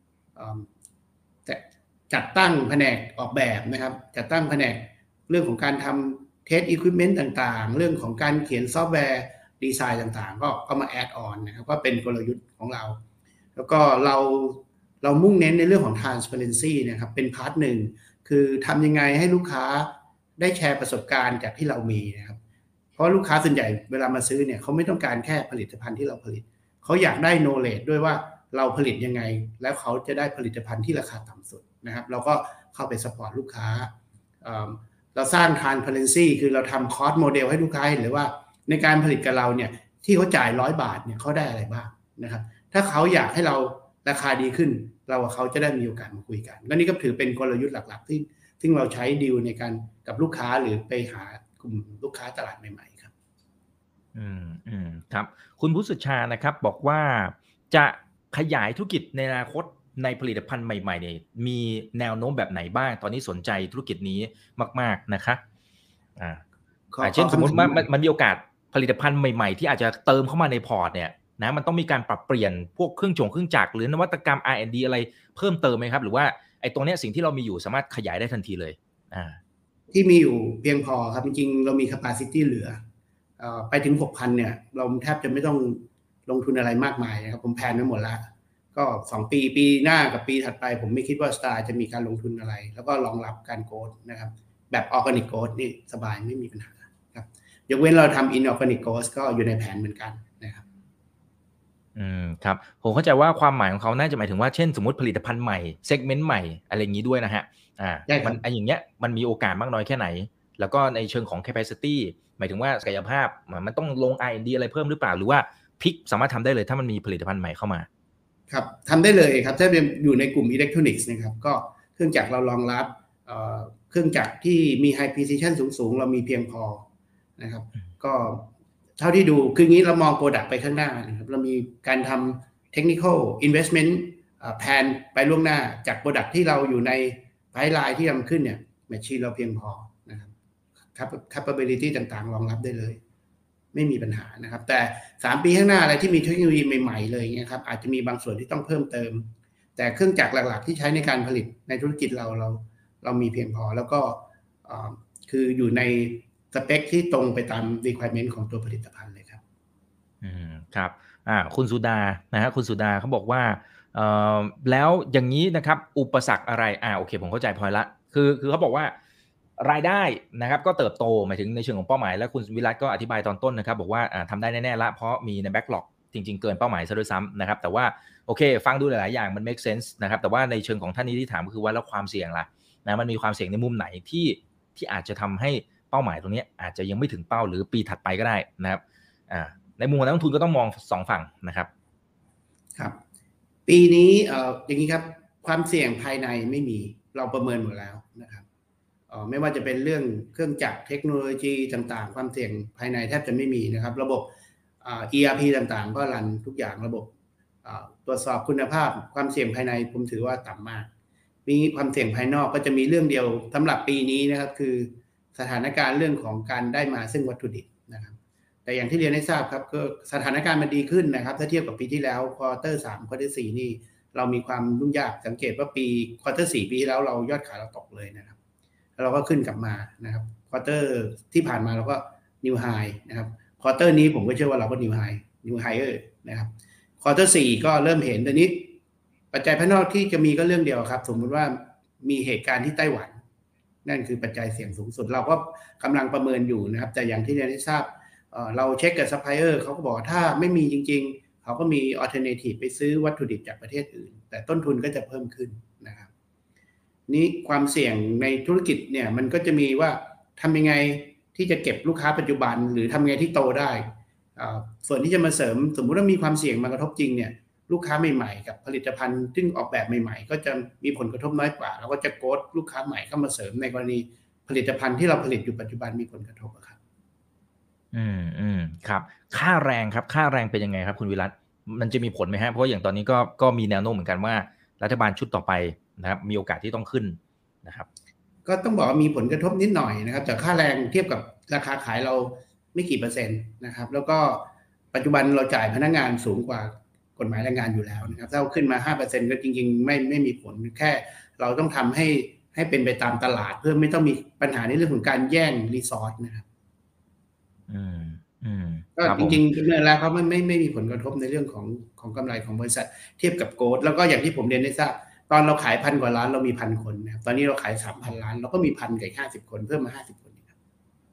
จัดตั้งแผนกออกแบบนะครับจัดตั้งแผนกเรื่องของการทำ test equipment ต่างๆเรื่องของการเขียนซอฟต์แวร์ดีไซน์ต่างๆก็มา add on นะครับก็เป็นกลยุทธ์ของเราแล้วก็เรามุ่งเน้นในเรื่องของ transparency นะครับเป็นพาร์ทหนึ่งคือทำยังไงให้ลูกค้าได้แชร์ประสบการณ์จากที่เรามีนะครับเพราะลูกค้าส่วนใหญ่เวลามาซื้อเนี่ยเขาไม่ต้องการแค่ผลิตภัณฑ์ที่เราผลิตเขาอยากได้ knowledge ด้วยว่าเราผลิตยังไงแล้วเขาจะได้ผลิตภัณฑ์ที่ราคาต่ำสุดนะครับเราก็เข้าไป support ลูกค้าเราสร้าง transparency คือเราทำ cost model ให้ลูกค้าเห็นเลยว่าในการผลิตกับเราเนี่ยที่เขาจ่าย100 บาทเนี่ยเขาได้อะไรบ้างนะครับถ้าเขาอยากให้เราราคาดีขึ้นเรากับเขาจะได้มีโอกาสมาคุยกันและนี่ก็ถือเป็นกลยุทธ์หลักๆที่เราใช้ดีลในการกับลูกค้าหรือไปหากลุ่มลูกค้าตลาดใหม่ๆครับครับคุณพุทธสุชานะครับบอกว่าจะขยายธุรกิจในอนาคตในผลิตภัณฑ์ใหม่ๆเนี่ยมีแนวโน้มแบบไหนบ้างตอนนี้สนใจธุรกิจนี้มากๆนะคะเช่นสมมติว่ามันมีโอกาสผลิตภัณฑ์ใหม่ๆที่อาจจะเติมเข้ามาในพอร์ตเนี่ยนะมันต้องมีการปรับเปลี่ยนพวกเครื่องจักรหรือนวัตกรรม R&D อะไรเพิ่มเติมไหมครับหรือว่าไอ้ตรงนี้สิ่งที่เรามีอยู่สามารถขยายได้ทันทีเลยที่มีอยู่เพียงพอครับจริงๆเรามี capacity เหลือไปถึง 6,000 เนี่ยเราแทบจะไม่ต้องลงทุนอะไรมากมายนะครับผมแพลนไว้หมดแล้วก็2ปีหน้ากับปีถัดไปผมไม่คิดว่า Star จะมีการลงทุนอะไรแล้วก็รองรับการโกรธนะครับแบบ organic growth นี่สบายไม่มีปัญหาครับยกเว้นเราทำ inorganic growth ก็อยู่ในแผนเหมือนกันนะครับครับผมเข้าใจว่าความหมายของเขาน่าจะหมายถึงว่าเช่นสมมติผลิตภัณฑ์ใหม่เซกเมนต์ใหม่อะไรอย่างนี้ด้วยนะฮะมันอย่างเงี้ยมันมีโอกาสมากน้อยแค่ไหนแล้วก็ในเชิงของ capacity หมายถึงว่าศักยภาพมันต้องลง R&D อะไรเพิ่มหรือเปล่าหรือว่าพิกสามารถทำได้เลยถ้ามันมีผลิตภัณฑ์ใหม่เข้ามาครับทำได้เลยครับถ้าเป็นอยู่ในกลุ่มอิเล็กทรอนิกส์นะครับก็เครื่องจักรเรารองรับเครื่องจักรที่มี high precision สูงๆเรามีเพียงพอนะครับก็เท่าที่ดูคืองี้เรามอง product ไปข้างหน้านะครับเรามีการทำ technical investment plan ไปล่วงหน้าจาก product ที่เราอยู่ในไพป์ไลน์ที่ทำขึ้นเนี่ย machine เราเพียงพอนะครับ capability ต่างๆรองรับได้เลยไม่มีปัญหานะครับแต่3ปีข้างหน้าอะไรที่มีเทคโนโลยีใหม่ๆเลยเนี่ยครับอาจจะมีบางส่วนที่ต้องเพิ่มเติมแต่เครื่องจักรหลักๆที่ใช้ในการผลิตในธุรกิจเรามีเพียงพอแล้วก็คืออยู่ในสเปคที่ตรงไปตาม requirement ของตัวผลิตภัณฑ์เลยครับครับคุณสุดานะฮะคุณสุดาเขาบอกว่าแล้วอย่างนี้นะครับอุปสรรคอะไรโอเคผมเข้าใจพอละคือเขาบอกว่ารายได้นะครับก็เติบโตหมายถึงในเชิงของเป้าหมายและคุณวิรัตก็อธิบายตอนต้นนะครับบอกว่าทำได้แน่ๆละเพราะมีในแบ็คล็อกจริงๆเกินเป้าหมายซะด้วยซ้ำนะครับแต่ว่าโอเคฟังดูหลายๆอย่างมัน make sense นะครับแต่ว่าในเชิงของท่านนี้ที่ถามก็คือว่าแล้วความเสี่ยงล่ะนะมันมีความเสี่ยงในมุมไหนที่อาจจะทำให้เป้าหมายตรงนี้อาจจะยังไม่ถึงเป้าหรือปีถัดไปก็ได้นะครับในมุมของนักลงทุนก็ต้องมอง2ฝั่งนะครับครับปีนี้อย่างนี้ครับความเสี่ยงภายในไม่มีเราประเมินหมดแล้วนะครับไม่ว่าจะเป็นเรื่องเครื่องจักรเทคโนโลยีต่างๆความเสี่ยงภายในแทบจะไม่มีนะครับระบบ ERP ต่างๆก็รันทุกอย่างระบบตรวจสอบคุณภาพความเสี่ยงภายในผมถือว่าต่ำมากมีความเสี่ยงภายนอกก็จะมีเรื่องเดียวสำหรับปีนี้นะครับคือสถานการณ์เรื่องของการได้มาซึ่งวัตถุดิบนะครับแต่อย่างที่เรียนให้ทราบครับก็สถานการณ์มันดีขึ้นนะครับถ้าเทียบกับปีที่แล้วควอเตอร์3ควอเตอร์4นี่เรามีความยุ่งยากสังเกตว่าควอเตอร์4ปีที่แล้วเรายอดขายเราตกเลยนะครับแล้วเราก็ขึ้นกลับมานะครับควอเตอร์ที่ผ่านมาเราก็นิวไฮนะครับควอเตอร์นี้ผมก็เชื่อว่าเราก็นิวไฮนะครับควอเตอร์4ก็เริ่มเห็นแต่นี้ปัจจัยภายนอกที่จะมีก็เรื่องเดียวครับสมมุติว่ามีเหตุการณ์ที่ไต้หวันนั่นคือปัจจัยเสี่ยงสูงสุดเราก็กำลังประเมินอยู่นะครับแต่อย่างที่เรียนให้ทราบเราเช็คกับซัพพลายเออร์เขาก็บอกถ้าไม่มีจริงๆเขาก็มีอัลเทอร์เนทีฟไปซื้อวัตถุดิบจากประเทศอื่นแต่ต้นทุนก็จะเพิ่มขึ้นนะครับนี้ความเสี่ยงในธุรกิจเนี่ยมันก็จะมีว่าทำยังไงที่จะเก็บลูกค้าปัจจุบันหรือทำยังไงที่โตได้ส่วนที่จะมาเสริมสมมุติว่ามีความเสี่ยงมากระทบจริงเนี่ยลูกค้าใหม่ๆกับผลิตภัณฑ์ซึ่งออกแบบใหม่ๆก็จะมีผลกระทบน้อยกว่าแล้วก็จะโกดลูกค้าใหม่เข้ามาเสริมในกรณีผลิตภัณฑ์ที่เราผลิตอยู่ปัจจุบันมีผลกระทบครับครับค่าแรงครับค่าแรงเป็นยังไงครับคุณวิรัตมันจะมีผลไหมฮะเพราะอย่างตอนนี้ก็มีแนวโน้มเหมือนกันว่ารัฐบาลชุดต่อไปนะครับมีโอกาสที่ต้องขึ้นนะครับก็ต้องบอกว่ามีผลกระทบนิดหน่อยนะครับจากค่าแรงเทียบกับราคาขายเราไม่กี่เปอร์เซ็นต์นะครับแล้วก็ปัจจุบันเราจ่ายพนักงานสูงกว่ากฎหมายแรงงานอยู่แล้วนะครับถ้าขึ้นมา 5% ก็จริงๆไม่มีผลแค่เราต้องทำให้เป็นไปตามตลาดเพื่อไม่ต้องมีปัญหาในเรื่องของการแย่งรีซอสนะครับก็จริงๆเนื่องแล้วเขาไม่มีผลกระทบในเรื่องของกำไรของบริษัทเทียบกับโกลด์แล้วก็อย่างที่ผมเรียนได้ทราบตอนเราขาย1,000 กว่าล้านเรามี 1,000 คนนะครับตอนนี้เราขาย 3,000 ล้านเราก็มี 1,000 กับ50 คนเพิ่มมา50 คนครับ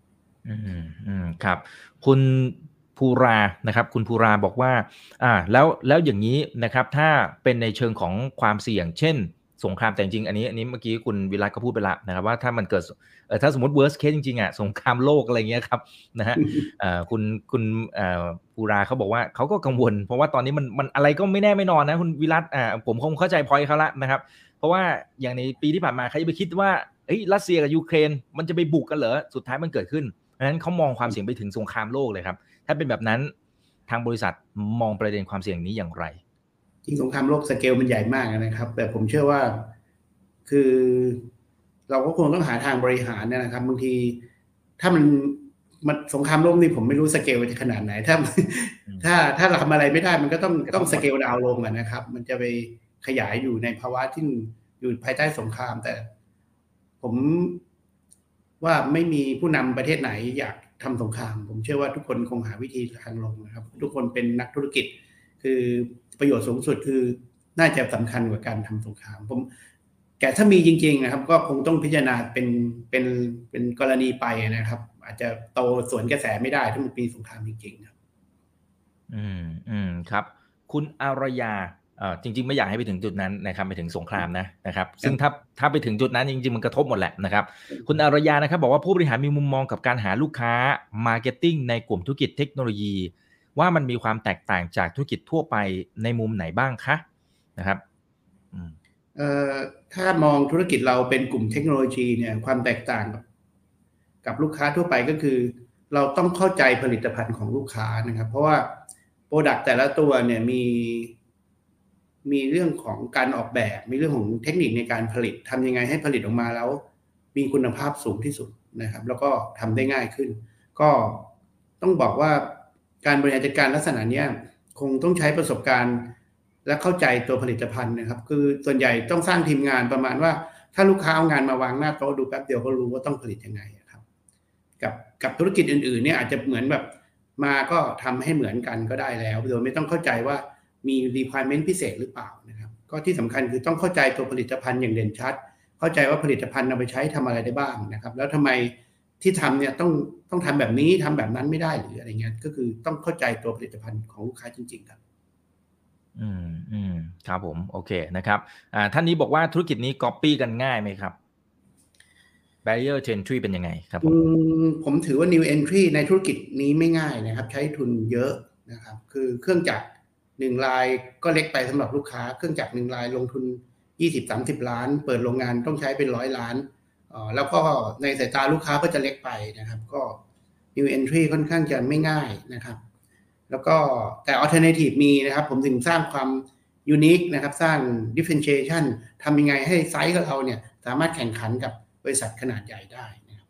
ครับคุณภูรานะครับคุณภูราบอกว่าแล้วอย่างนี้นะครับถ้าเป็นในเชิงของความเสี่ยงเช่นสงครามแต่จริงอันนี้เมื่อกี้คุณวิรัตก็พูดไปละนะครับว่าถ้ามันเกิดถ้าสมมติ worst case จริงๆสงครามโลกอะไรเงี้ยครับนะฮะคุณภูราเขาบอกว่าเขาก็กังวลเพราะว่าตอนนี้มันอะไรก็ไม่แน่ไม่นอนนะคุณวิรัตผมคงเข้าใจพอยต์เขาละนะครับเพราะว่าอย่างในปีที่ผ่านมาใครจะไปคิดว่ารัสเซียกับยูเครนมันจะไปบุกกันเหรอสุดท้ายมันเกิดขึ้นเพราะฉะนั้นเขามองความเสี่ยงไปถึงสงครามโลกเลยครับถ้าเป็นแบบนั้นทางบริษัทมองประเด็นความเสี่ยงนี้อย่างไรจริงสงครามโลกสเกลมันใหญ่มากนะครับแต่ผมเชื่อว่าคือเราก็คงต้องหาทางบริหารนะครับบางทีถ้ามันสงครามโลกนี่ผมไม่รู้สเกลจะขนาดไหนถ้าเราทำอะไรไม่ได้มันก็ต้องสเกลดาวน์ลงนะครับมันจะไปขยายอยู่ในภาวะที่อยู่ภายใต้สงครามแต่ผมว่าไม่มีผู้นำประเทศไหนอยากทำสงครามผมเชื่อว่าทุกคนคงหาวิธีทางลงนะครับทุกคนเป็นนักธุรกิจคือประโยชน์สูงสุดคือน่าจะสำคัญกว่าการทำสงครามแต่ถ้ามีจริงๆนะครับก็คงต้องพิจารณาเป็นกรณีไปนะครับอาจจะโตสวนกระแสไม่ได้ถ้ามันมีสงครามจริงๆครับครับคุณอารยาจริงๆไม่อยากให้ไปถึงจุดนั้นนะครับไปถึงสงครามนะครับซึ่งถ้าไปถึงจุดนั้นจริงๆมันกระทบหมดแหละนะครับคุณอารยานะครับบอกว่าผู้บริหารมีมุมมองกับการหาลูกค้ามาร์เก็ตติ้งในกลุ่มธุรกิจเทคโนโลยีว่ามันมีความแตกต่างจากธุรกิจทั่วไปในมุมไหนบ้างคะนะครับถ้ามองธุรกิจเราเป็นกลุ่มเทคโนโลยีเนี่ยความแตกต่างกับลูกค้าทั่วไปก็คือเราต้องเข้าใจผลิตภัณฑ์ของลูกค้านะครับเพราะว่าโปรดักต์แต่ละตัวเนี่ยมีเรื่องของการออกแบบมีเรื่องของเทคนิคในการผลิตทำยังไงให้ผลิตออกมาแล้วมีคุณภาพสูงที่สุดนะครับแล้วก็ทำได้ง่ายขึ้นก็ต้องบอกว่าการบริหารจัดการลักษณะนี้คงต้องใช้ประสบการณ์และเข้าใจตัวผลิตภัณฑ์นะครับคือส่วนใหญ่ต้องสร้างทีมงานประมาณว่าถ้าลูกค้าเอางานมาวางหน้าโต๊ะดูแป๊บเดียวก็รู้ว่าต้องผลิตยังไงครับกับธุรกิจอื่นๆเนี่ยอาจจะเหมือนแบบมาก็ทำให้เหมือนกันก็ได้แล้วโดยไม่ต้องเข้าใจว่ามี requirement พิเศษหรือเปล่านะครับก็ที่สำคัญคือต้องเข้าใจตัวผลิตภัณฑ์อย่างเด่นชัดเข้าใจว่าผลิตภัณฑ์นำไปใช้ทำอะไรได้บ้างนะครับแล้วทำไมที่ทำเนี่ยต้องทำแบบนี้ทำแบบนั้นไม่ได้หรืออะไรเงี้ยก็คือต้องเข้าใจตัวผลิตภัณฑ์ของลูกค้าจริงๆครับครับผมโอเคนะครับท่านนี้บอกว่าธุรกิจนี้ copy กันง่ายไหมครับ barrier to entry เป็นยังไงครับผมถือว่า new entry ในธุรกิจนี้ไม่ง่ายนะครับใช้ทุนเยอะนะครับคือเครื่องจักร1รายก็เล็กไปสำหรับลูกค้าเครื่องจักร1รายลงทุน 20-30 ล้านเปิดโรงงานต้องใช้เป็น100 ล้านแล้วก็ในสายตาลูกค้าก็จะเล็กไปนะครับก็ new entry ค่อนข้างจะไม่ง่ายนะครับแล้วก็แต่ alternative มีนะครับผมถึงสร้างความ unique นะครับสร้าง differentiation ทำยังไงให้ไซส์ของเราเนี่ยสามารถแข่งขันกับบริษัทขนาดใหญ่ได้นะครับ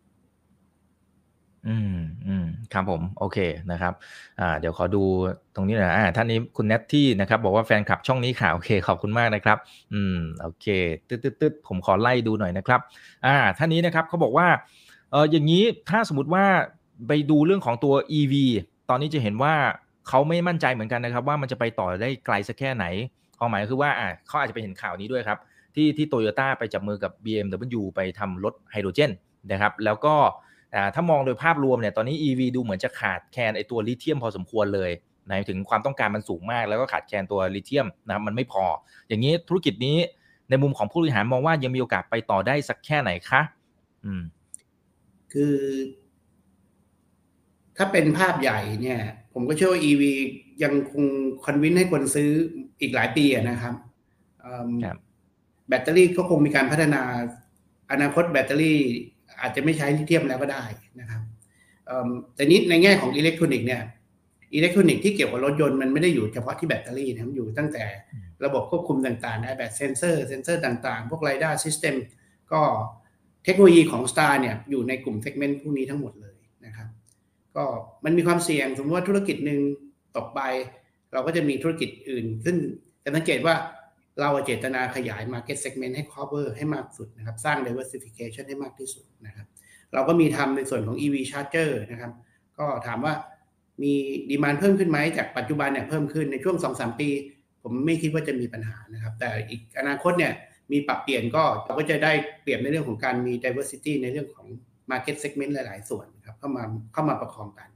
ครับผมโอเคนะครับเดี๋ยวขอดูตรงนี้หน่อยท่านนี้คุณเนทที่นะครับบอกว่าแฟนคลับช่องนี้ค่ะโอเคขอบคุณมากนะครับโอเคตึ๊ดผมขอไล่ดูหน่อยนะครับท่านนี้นะครับเขาบอกว่าอย่างนี้ถ้าสมมติว่าไปดูเรื่องของตัว EV ตอนนี้จะเห็นว่าเขาไม่มั่นใจเหมือนกันนะครับว่ามันจะไปต่อได้ไกลสักแค่ไหนความหมายคือว่าเขาอาจจะไปเห็นข่าวนี้ด้วยครับที่ Toyota ไปจับมือกับ BMW ไปทำรถไฮโดรเจนนะครับแล้วก็ถ้ามองโดยภาพรวมเนี่ยตอนนี้ EV ดูเหมือนจะขาดแคลนไอตัวลิเธียมพอสมควรเลยหมายถึงความต้องการมันสูงมากแล้วก็ขาดแคลนตัวลิเธียมนะครับมันไม่พออย่างนี้ธุรกิจนี้ในมุมของผู้บริหารมองว่ายังมีโอกาสไปต่อได้สักแค่ไหนคะคือถ้าเป็นภาพใหญ่เนี่ยผมก็เชื่อว่า EV ยังคงคอนวินให้คนซื้ออีกหลายปีนะครับแบตเตอรี่ก็คงมีการพัฒนาอนาคตแบตเตอรี่อาจจะไม่ใช้ลิเธียมแล้วก็ได้นะครับแต่นี้ในแง่ของอิเล็กทรอนิกส์เนี่ยอิเล็กทรอนิกส์ที่เกี่ยวกับรถยนต์มันไม่ได้อยู่เฉพาะที่แบตเตอรี่นะอยู่ตั้งแต่ระบบควบคุมต่างๆ airbag sensor ต่างๆพวก radar system ก็เทคโนโลยีของ Star เนี่ยอยู่ในกลุ่ม segment พวกนี้ทั้งหมดเลยนะครับก็มันมีความเสี่ยงสมมติว่าธุรกิจนึงตกไปเราก็จะมีธุรกิจอื่นขึ้นจะสังเกตว่าเราเจตนาขยาย market segment ให้ cover ให้มากสุดนะครับสร้าง diversification ให้มากที่สุดนะครับเราก็มีทำในส่วนของ EV charger นะครับก็ถามว่ามีดีมานด์เพิ่มขึ้นไหมจากปัจจุบันเนี่ยเพิ่มขึ้นในช่วง 2-3 ปีผมไม่คิดว่าจะมีปัญหานะครับแต่อีกอนาคตเนี่ยมีปรับเปลี่ยนก็เราก็จะได้เปรียบในเรื่องของการมี diversity ในเรื่องของ market segment หลายๆส่วนครับเข้ามาประคองกัน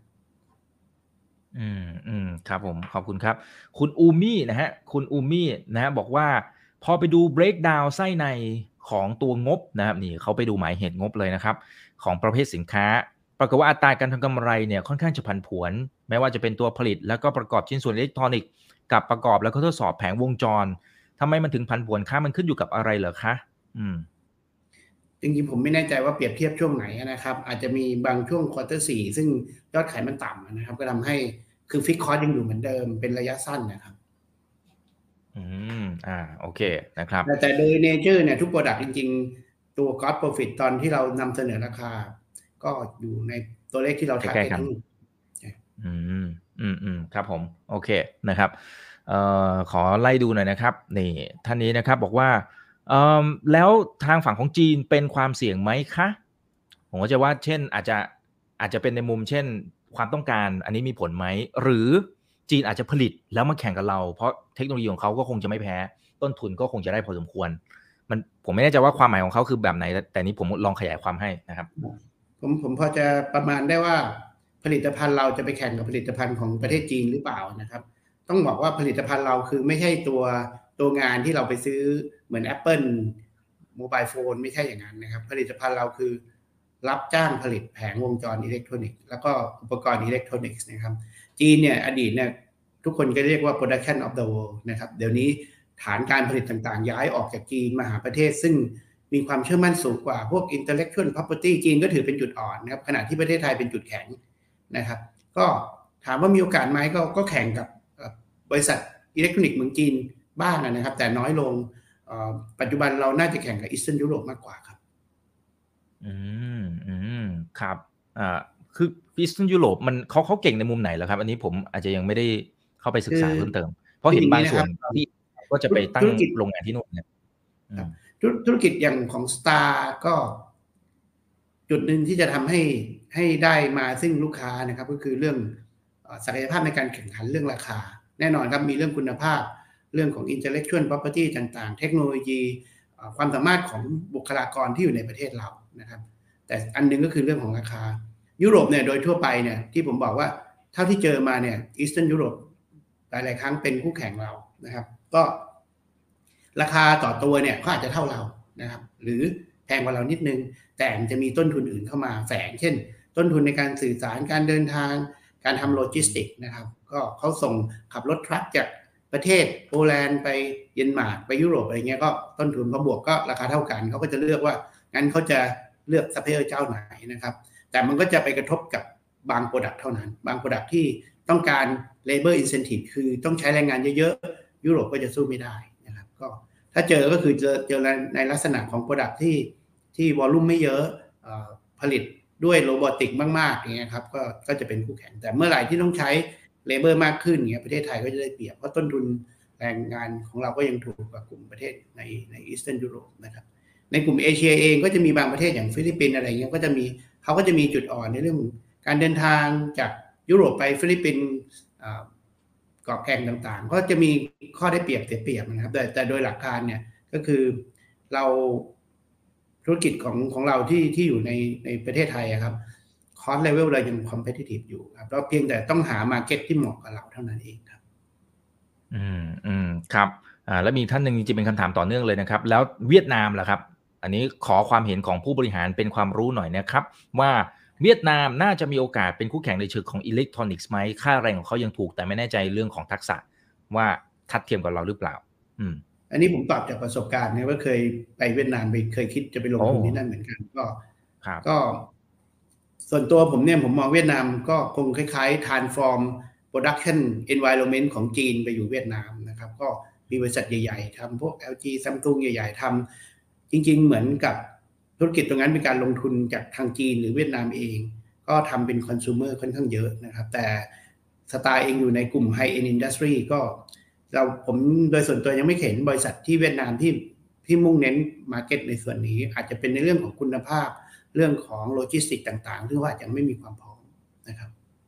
ครับผมขอบคุณครับคุณอูมี่นะฮะคุณอูมี่นะฮะบอกว่าพอไปดู breakdown ไส้ในของตัวงบนะครับนี่เขาไปดูหมายเหตุงบเลยนะครับของประเภทสินค้าปรากฏว่าอัตราการทำกำไรเนี่ยค่อนข้างจะผันผวนไม่ว่าจะเป็นตัวผลิตแล้วก็ประกอบชิ้นส่วนอิเล็กทรอนิกส์กับประกอบแล้วก็ทดสอบแผงวงจรทำไมมันถึงผันผวนคะมันขึ้นอยู่กับอะไรเหรอคะจริงๆผมไม่แน่ใจว่าเปรียบเทียบช่วงไหนนะครับอาจจะมีบางช่วงควอเตอร์4ซึ่งยอดขายมันต่ำนะครับก็ทำให้คือฟิกคอร์สยังอยู่เหมือนเดิมเป็นระยะสั้นนะครับโอเคนะครับแต่โดยเนเจอร์เนี่ยทุกโปรดักต์จริงๆตัว Gross Profit ตอนที่เรานำเสนอราคาก็อยู่ในตัวเลขที่เราทาร์เก็ตทั้งหมดครับผมโอเคนะครับขอไล่ดูหน่อยนะครับนี่ท่านนี้นะครับบอกว่าแล้วทางฝั่งของจีนเป็นความเสี่ยงไหมคะผมก็จะว่าเช่นอาจจะเป็นในมุมเช่นความต้องการอันนี้มีผลไหมหรือจีนอาจจะผลิตแล้วมาแข่งกับเราเพราะเทคโนโลยีของเขาก็คงจะไม่แพ้ต้นทุนก็คงจะได้พอสมควรผมไม่แน่ใจว่าความหมายของเขาคือแบบไหนแต่นี้ผมลองขยายความให้นะครับผมพอจะประมาณได้ว่าผลิตภัณฑ์เราจะไปแข่งกับผลิตภัณฑ์ของประเทศจีนหรือเปล่านะครับต้องบอกว่าผลิตภัณฑ์เราคือไม่ใช่ตัวงานที่เราไปซื้อเหมือน Apple Mobile Phone ไม่ใช่อย่างนั้นนะครับผลิตภัณฑ์เราคือรับจ้างผลิตแผงวงจรอิเล็กทรอนิกส์แล้วก็อุปกรณ์อิเล็กทรอนิกส์นะครับจีนเนี่ยอดีตเนี่ยทุกคนก็เรียกว่า production of the world นะครับเดี๋ยวนี้ฐานการผลิตต่างๆย้ายออกจากจีนมาหาประเทศซึ่งมีความเชื่อมั่นสูงกว่าพวก intellectual property จีนก็ถือเป็นจุดอ่อนนะครับขณะที่ประเทศไทยเป็นจุดแข็งนะครับก็ถามว่ามีโอกาสไหมก็แข่งกับบริษัทอิเล็กทรอนิกส์เมืองจีนบ้างนะครับแต่น้อยลงปัจจุบันเราน่าจะแข่งกับอีสเทิร์นยุโรปมากกว่าครับครับคืออีสเทิร์นยุโรปมันเขาเก่งในมุมไหนเหรอครับอันนี้ผมอาจจะยังไม่ได้เข้าไปศึกษาเพิ่มเติมเพราะเห็นบางส่วนที่ก็จะไปตั้งโรงงานที่นู่นเนี่ยธุรกิจอย่างของ Star ก็จุดหนึ่งที่จะทำให้ได้มาซึ่งลูกค้านะครับก็คือเรื่องศักยภาพในการแข่งขันเรื่องราคาแน่นอนครับมีเรื่องคุณภาพเรื่องของ intellectual property ต่างๆเทคโนโลยีความสามารถของบุคลากรที่อยู่ในประเทศเรานะครับแต่อันนึงก็คือเรื่องของราคายุโรปเนี่ยโดยทั่วไปเนี่ยที่ผมบอกว่าเท่าที่เจอมาเนี่ย Eastern Europe หลายๆครั้งเป็นคู่แข่งเรานะครับก็ราคาต่อตัวเนี่ยก็อาจจะเท่าเรานะครับหรือแพงกว่าเรานิดนึงแต่จะมีต้นทุนอื่นเข้ามาแฝงเช่นต้นทุนในการสื่อสารการเดินทางการทำโลจิสติกนะครับก็เขาส่งขับรถทรัคจากประเทศโปแลนด์ไปเดนมาร์กไปยุโรปอะไรเงี้ยก็ต้นทุนพอบวกก็ราคาเท่ากันเขาก็จะเลือกว่างั้นเขาจะเลือกซัพพลายเออร์เจ้าไหนนะครับแต่มันก็จะไปกระทบกับบางโปรดักต์เท่านั้นบางโปรดักต์ที่ต้องการ labor incentive คือต้องใช้แรงงานเยอะๆยุโรปก็จะสู้ไม่ได้นะครับก็ถ้าเจอก็คือเจอในลักษณะของโปรดักต์ที่วอลลุ่มไม่เยอะผลิตด้วยโรบอติกมากๆอย่างเงี้ยครับก็จะเป็นคู่แข่งแต่เมื่อไหร่ที่ต้องใช้เลเบอร์มากขึ้นเงี้ยประเทศไทยก็จะได้เปรียบเพราะต้นทุนแรงงานของเราก็ยังถูกกว่ากลุ่มประเทศในอีสเทิร์นยุโรปนะครับในกลุ่มเอเชียเองก็จะมีบางประเทศอย่างฟิลิปปินส์อะไรเงี้ยเขาก็จะมีจุดอ่อนในเรื่องการเดินทางจากยุโรปไปฟิลิปปินส์เกาะแก่งต่างๆก็จะมีข้อได้เปรียบเสียเปรียบนะครับแต่โดยหลักการเนี่ยก็คือเราธุรกิจของเราที่อยู่ในประเทศไทยครับคอสเลเวลเรายังคอมเพทิทีฟอยู่ครับเราเพียงแต่ต้องหามาร์เก็ตที่เหมาะกับเราเท่านั้นเองครับครับแล้วมีท่านหนึ่งจริงๆเป็นคำถามต่อเนื่องเลยนะครับแล้วเวียดนามล่ะครับอันนี้ขอความเห็นของผู้บริหารเป็นความรู้หน่อยนะครับว่าเวียดนามน่าจะมีโอกาสเป็นคู่แข่งในเชิงของอิเล็กทรอนิกส์ไหมค่าแรงของเขายังถูกแต่ไม่แน่ใจเรื่องของทักษะว่าทัดเทียมกับเราหรือเปล่าอันนี้ผมตอบจากประสบการณ์นะว่าเคยไปเวียดนามไปเคยคิดจะไปลงทุนที่นั่นเหมือนกันก็ส่วนตัวผมเนี่ยผมมองเวียดนามก็คงคล้ายๆ transform production environment ของจีนไปอยู่เวียดนามนะครับก็มีบริษัทใหญ่ๆทำพวก LG Samsung ใหญ่ๆทำจริงๆเหมือนกับธุรกิจตรงนั้นเป็นการลงทุนจากทางจีนหรือเวียดนามเองก็ทำเป็นคอน sumer ค่อนข้างเยอะนะครับแต่สไตล์เองอยู่ในกลุ่ม high end industry ก็ผมโดยส่วนตัวยังไม่เห็นบริษัทที่เวียดนามที่มุ่งเน้น market ในส่วนนี้อาจจะเป็นในเรื่องของคุณภาพเรื่องของโลจิสติกต่างๆที่ว่ายังไม่มีความพร้อมนะครับ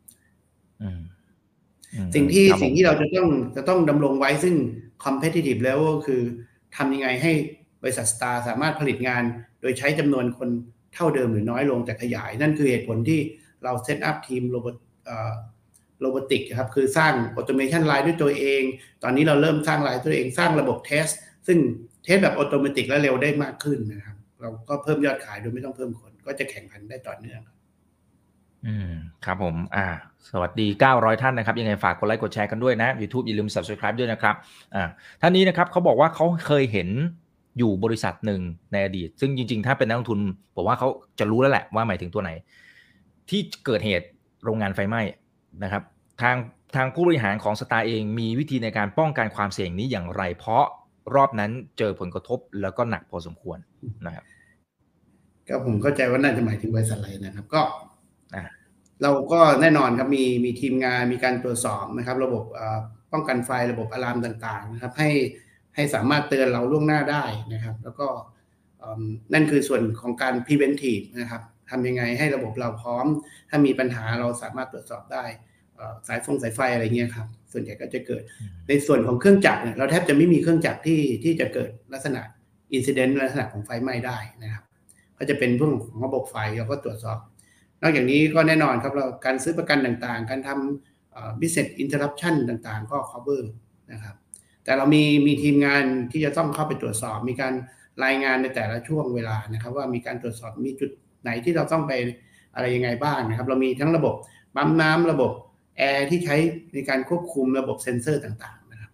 สิ่งที่เราจะต้องดำรงไว้ซึ่ง competitive level คือทำยังไงให้บริษัท Star สามารถผลิตงานโดยใช้จำนวนคนเท่าเดิมหรือน้อยลงแต่ขยายนั่นคือเหตุผลที่เราเซตอัพทีมโรบอติกครับคือสร้างออโตเมชันไลน์ด้วยตัวเองตอนนี้เราเริ่มสร้างไลน์ตัวเองสร้างระบบเทสซึ่งเทสแบบออโตเมติกและเร็วได้มากขึ้นนะครับเราก็เพิ่มยอดขายโดยไม่ต้องเพิ่มคนก็จะแข่งขันได้ต่อเนื่องครับผมสวัสดี900ท่านนะครับยังไงฝากกดไลค์กดแชร์กันด้วยนะ YouTube อย่าลืม Subscribe ด้วยนะครับท่านนี้นะครับเขาบอกว่าเขาเคยเห็นอยู่บริษัทหนึ่งในอดีตซึ่งจริงๆถ้าเป็นนักลงทุนผมว่าเขาจะรู้แล้วแหละว่าหมายถึงตัวไหนที่เกิดเหตุโรงงานไฟไหม้นะครับทางผู้บริหารของ Star เองมีวิธีในการป้องกันความเสี่ยงนี้อย่างไรเพราะรอบนั้นเจอผลกระทบแล้วก็หนักพอสมควรนะครับก็ผมเข้าใจว่าน่าจะหมายถึงบริษัทอะไรนะครับก็เราก็แน่นอนครับมีทีมงานมีการตรวจสอบนะครับระบบป้องกันไฟระบบอะลามต่างๆนะครับให้สามารถเตือนเราล่วงหน้าได้นะครับแล้วก็นั่นคือส่วนของการ preventive นะครับทำยังไงให้ระบบเราพร้อมถ้ามีปัญหาเราสามารถตรวจสอบได้สายไฟอะไรเงี้ยครับส่วนใหญ่ก็จะเกิดในส่วนของเครื่องจักรเนี่ยเราแทบจะไม่มีเครื่องจักรที่จะเกิดลักษณะ incident ลักษณะของไฟไหม้ได้นะครับก็จะเป็นพวกของระบบไฟเราก็ตรวจสอบนอกจากนี้ก็แน่นอนครับเราการซื้อประกันต่างๆการทำbusiness interruption ต่างๆก็ cover นะครับแต่เรามีทีมงานที่จะต้องเข้าไปตรวจสอบมีการรายงานในแต่ละช่วงเวลานะครับว่ามีการตรวจสอบมีจุดไหนที่เราต้องไปอะไรยังไงบ้างนะครับเรามีทั้งระบบปั๊มน้ำระบบแอร์ที่ใช้ในการควบคุมระบบเซ็นเซอร์ต่างๆนะครับ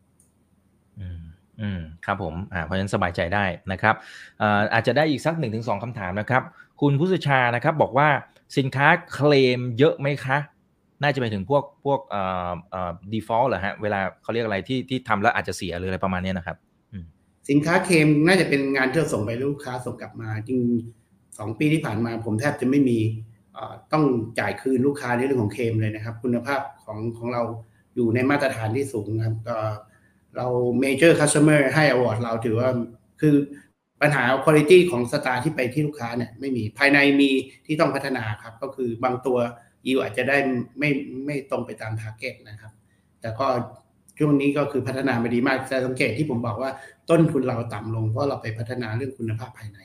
ครับผมเพราะฉะนั้นสบายใจได้นะครับอาจจะได้อีกสัก 1-2 คำถามนะครับคุณผู้ชานะครับบอกว่าสินค้าเคลมเยอะไหมคะน่าจะไปถึงพวกdefault เหรอฮะเวลาเขาเรียกอะไรที่ทำแล้วอาจจะเสียหรืออะไรประมาณนี้นะครับสินค้าเคลมน่าจะเป็นงานที่เราส่งไปลูกค้าส่งกลับมาจริง2 ปีที่ผ่านมาผมแทบจะไม่มีต้องจ่ายคืนลูกค้าในเรื่องของเคลมเลยนะครับคุณภาพของเราอยู่ในมาตรฐานที่สูงครับเรา major customer ให้ award เราถือว่าคือปัญหา quality ของ Star ที่ไปที่ลูกค้าเนี่ยไม่มีภายในมีที่ต้องพัฒนาครับก็คือบางตัว yield อาจจะได้ไม่ตรงไปตาม target นะครับแต่ก็ช่วงนี้ก็คือพัฒนามาดีมากแต่สังเกตที่ผมบอกว่าต้นทุนเราต่ำลงเพราะเราไปพัฒนาเรื่องคุณภาพภายใน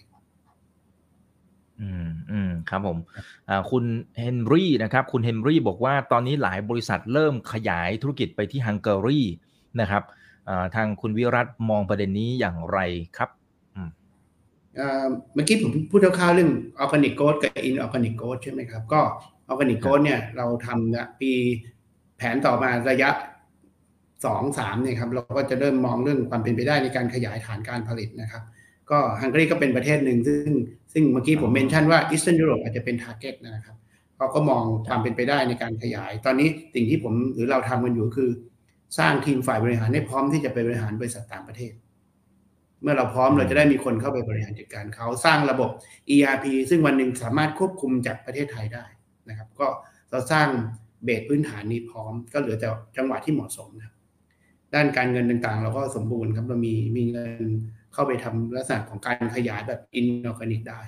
ครับผมคุณเฮนรี่นะครับคุณเฮนรี่บอกว่าตอนนี้หลายบริษัทเริ่มขยายธุรกิจไปที่ฮังการีนะครับทางคุณวิรัตมองประเด็นนี้อย่างไรครับเมื่อกี้ผมพูดคร่าวๆเรื่อง organic growth กับ inorganic growth ใช่ไหมครับก็ organic growth เนี่ยเราทำปีแผนต่อมาระยะ 2-3 เนี่ยครับเราก็จะเริ่มมองเรื่องความเป็นไปได้ในการขยายฐานการผลิตนะครับก็ฮังการีก็เป็นประเทศหนึ่งซึ่งเมื่อกี้ผมเมนชั่นว่า Eastern Europe อาจจะเป็น target นะครับเขาก็มองความเป็นไปได้ในการขยายตอนนี้สิ่งที่ผมหรือเราทำกันอยู่คือสร้างทีมฝ่ายบริหารให้พร้อมที่จะไปบริหารบริษัทต่างประเทศเมื่อเราพร้อมเราจะได้มีคนเข้าไปบริหารจัดการเขาสร้างระบบ ERP ซึ่งวันหนึ่งสามารถควบคุมจากประเทศไทยได้นะครับก็เราสร้างเบสพื้นฐานนี้พร้อมก็เหลือแต่จังหวะที่เหมาะสมนะครับด้านการเงินต่างๆเราก็สมบูรณ์ครับเรามีเงินเข้าไปทำลักษณะของการขยายแบบ inorganic ได้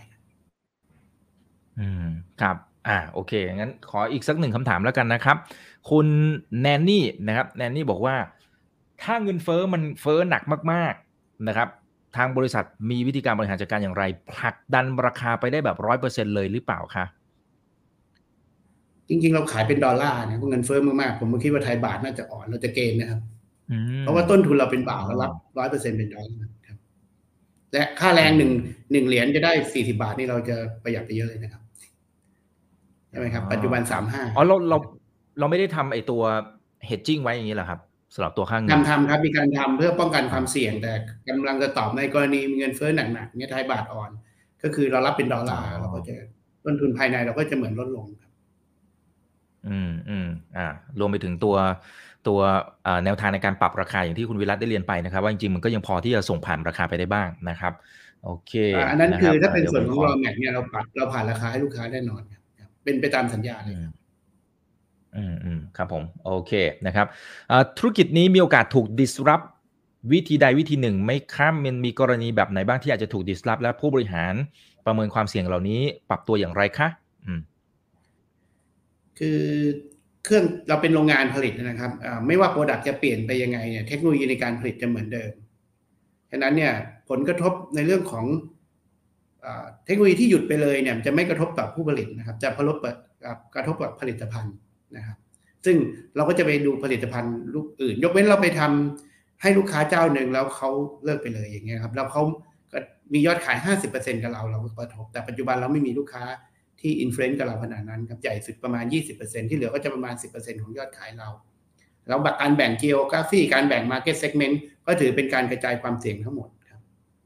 ครับโอเคงั้นขออีกสัก1คำถามแล้วกันนะครับคุณแนนนี่นะครับแนนนี่บอกว่าถ้าเงินเฟ้อมันเฟ้อหนักมากๆนะครับทางบริษัทมีวิธีการบริหารจัดการอย่างไรผลักดันราคาไปได้แบบ 100% เลยหรือเปล่าคะจริงๆเราขายเป็นดอลลาร์นะเพราะเงินเฟ้อมากๆผมก็คิดว่าไทยบาทน่าจะอ่อนเราจะเกณฑ์นะครับเพราะว่าต้นทุนเราเป็นบาทเรารับ 100% เป็นดอลลาร์ครับและค่าแรง1เหรียญจะได้40 บาทนี่เราจะประหยัดไปเยอะเลยนะครับใช่ไหมครับปัจจุบัน35 อ๋อเราไม่ได้ทำไอ้ตัว hedging ไว้อย่างนี้เหรอครับสำหรับตัวค่าเงินทำครับมีการทำเพื่อป้องกันความเสี่ยงแต่กำลังจะตอบในกรณีมีเงินเฟ้อหนักๆเนี่ยไทยบาทอ่อนก็คือเรารับเป็นดอลลาร์เราก็จะต้นทุนภายในเราก็จะเหมือนลดลงครับรวมไปถึงตัวแนวทางในการปรับราคาอย่างที่คุณวิรัตได้เรียนไปนะครับว่าจริงๆมันก็ยังพอที่จะส่งผ่านราคาไปได้บ้างนะครับโอเคอันนั้นคือถ้าเป็นส่วนของ raw mat เนี่ยเราผ่านราคาให้ลูกค้าแน่นอนครับเป็นไปตามสัญญาเลยครับครับผมโอเคนะครับธุรกิจนี้มีโอกาสถูก disrupt วิธีใดวิธีหนึ่งไหมครับมันมีกรณีแบบไหนบ้างที่อาจจะถูก disrupt และผู้บริหารประเมินความเสี่ยงเหล่านี้ปรับตัวอย่างไรคะคือเครื่องเราเป็นโรงงานผลิตนะครับไม่ว่าโปรดักต์จะเปลี่ยนไปยังไงเนี่ยเทคโนโลยีในการผลิตจะเหมือนเดิมฉะนั้นเนี่ยผลกระทบในเรื่องของเทคโนโลยีที่หยุดไปเลยเนี่ยจะไม่กระทบกับผู้ผลิตนะครับจะกระทบกับผลิตภัณฑ์นะครับซึ่งเราก็จะไปดูผลิตภัณฑ์ลูกอื่นยกเว้นเราไปทำให้ลูกค้าเจ้าหนึ่งแล้วเขาเลิกไปเลยอย่างเงี้ยครับแล้วเขาก็มียอดขาย 50% กับเราก็กระทบแต่ปัจจุบันเราไม่มีลูกค้าที่อินฟลูเอนซ์กับเราขนาดนั้นครับใหญ่สุดประมาณ 20% ที่เหลือก็จะประมาณ 10% ของยอดขายเราแล้วการแบ่ง geography การแบ่ง market segment ก็ถือเป็นการกระจายความเสี่ยงทั้งหมดครับ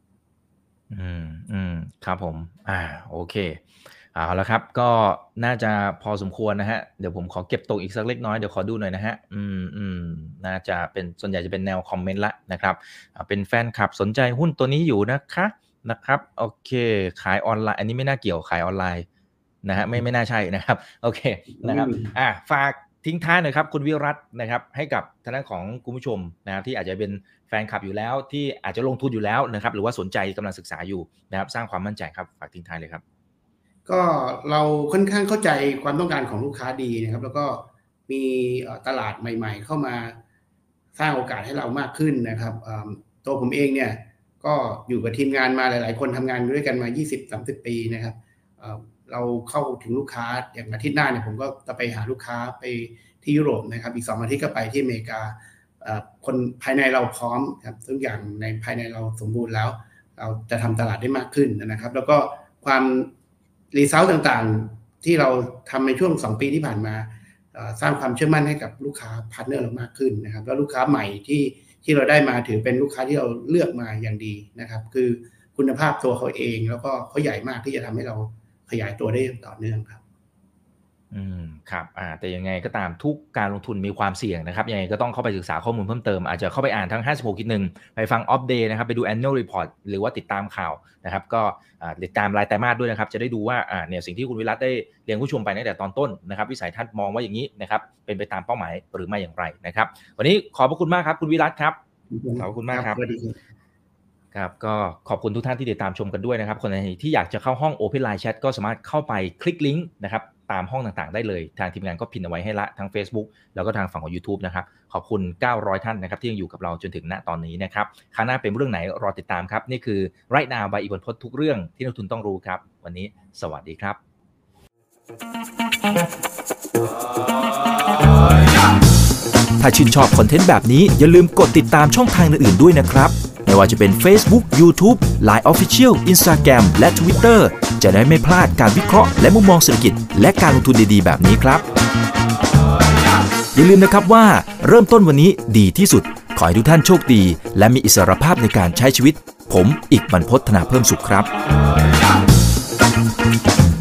ครับผมโอเคเอาละครับก็น่าจะพอสมควรนะฮะเดี๋ยวผมขอเก็บตกอีกสักเล็กน้อยเดี๋ยวขอดูหน่อยนะฮะน่าจะเป็นส่วนใหญ่จะเป็นแนวคอมเมนต์ละนะครับเป็นแฟนคลับสนใจหุ้นตัวนี้อยู่นะครับโอเคขายออนไลน์อันนี้ไม่น่าเกี่ยวขายออนไลน์นะฮะไม่น่าใช่นะครับโอเคนะครับฝากทิ้งท้ายหน่อยครับคุณวิรัตนะครับให้กับท่านของคุณผู้ชมนะครับที่อาจจะเป็นแฟนคลับอยู่แล้วที่อาจจะลงทุนอยู่แล้วนะครับหรือว่าสนใจกำลังศึกษาอยู่นะครับสร้างความมั่นใจครับฝากทิ้งท้ายเลยครับก็เราค่อนข้างเข้าใจความต้องการของลูกค้าดีนะครับแล้วก็มีตลาดใหม่ๆเข้ามาสร้างโอกาสให้เรามากขึ้นนะครับตัวผมเองเนี่ยก็อยู่กับทีมงานมาหลายๆคนทำงานด้วยกันมา 20-30 ปีนะครับเราเข้าถึงลูกค้าอย่างอาทิตย์หน้าเนี่ยผมก็จะไปหาลูกค้าไปที่ยุโรปนะครับอีก2 อาทิตย์ก็ไปที่อเมริกาคนภายในเราพร้อมครับทุกอย่างในภายในเราสมบูรณ์แล้วเราจะทำตลาดได้มากขึ้นนะครับแล้วก็ความรีเซลต่างๆที่เราทำในช่วง2 ปีที่ผ่านมาสร้างความเชื่อมั่นให้กับลูกค้าพาร์ทเนอร์เรามากขึ้นนะครับแล้วลูกค้าใหม่ที่เราได้มาถือเป็นลูกค้าที่เราเลือกมาอย่างดีนะครับคือคุณภาพตัวเขาเองแล้วก็เขาใหญ่มากที่จะทำให้เราขยายตัวได้ต่อเนื่องครับครับแต่ยังไงก็ตามทุกการลงทุนมีความเสี่ยงนะครับยังไงก็ต้องเข้าไปศึกษาข้อมูลเพิ่มเติมอาจจะเข้าไปอ่านทั้ง 56.1 ไปฟัง Update นะครับไปดู Annual Report หรือว่าติดตามข่าวนะครับก็ติดตามรายไตรมาสด้วยนะครับจะได้ดูว่าเนี่ยสิ่งที่คุณวิรัตได้เรียนผู้ชมไปตั้งแต่ตอนต้นนะครับวิสัยทัศน์มองว่าอย่างนี้นะครับเป็นไปตามเป้าหมายหรือไม่อย่างไรนะครับวันนี้ขอบพระคุณมากครับคุณวิรัตครับขอบคุณมากครับครับก็ขอบคุณทุกท่านที่ติดตามชมกันด้วยนะครับคนไหนที่อยากจะเข้าห้อง Open Line Chat ก็สามารถเข้าไปคลิกลิงก์นะครับตามห้องต่างๆได้เลยทางทีมงานก็พิมพ์เอาไว้ให้ละทั้ง Facebook แล้วก็ทางฝั่งของ YouTube นะครับขอบคุณ900ท่านนะครับที่ยังอยู่กับเราจนถึงณตอนนี้นะครับคราวหน้าเป็นเรื่องไหนรอติดตามครับนี่คือ Right Now by อิบลพจน์ทุกเรื่องที่นักทุนต้องรู้ครับวันนี้สวัสดีครับถ้าชื่นชอบคอนเทนต์แบบนี้อย่าลืมกดติดตามช่องทางอื่นๆด้วยนะครับไม่ว่าจะเป็น Facebook, YouTube, Line Official, Instagram และ Twitter จะได้ไม่พลาดการวิเคราะห์และมุมมองเศรษฐกิจและการลงทุนดีๆแบบนี้ครับอย่าลืมนะครับว่าเริ่มต้นวันนี้ดีที่สุดขอให้ทุกท่านโชคดีและมีอิสรภาพในการใช้ชีวิตผมอีกบรรพต ธนาเพิ่มสุขครับ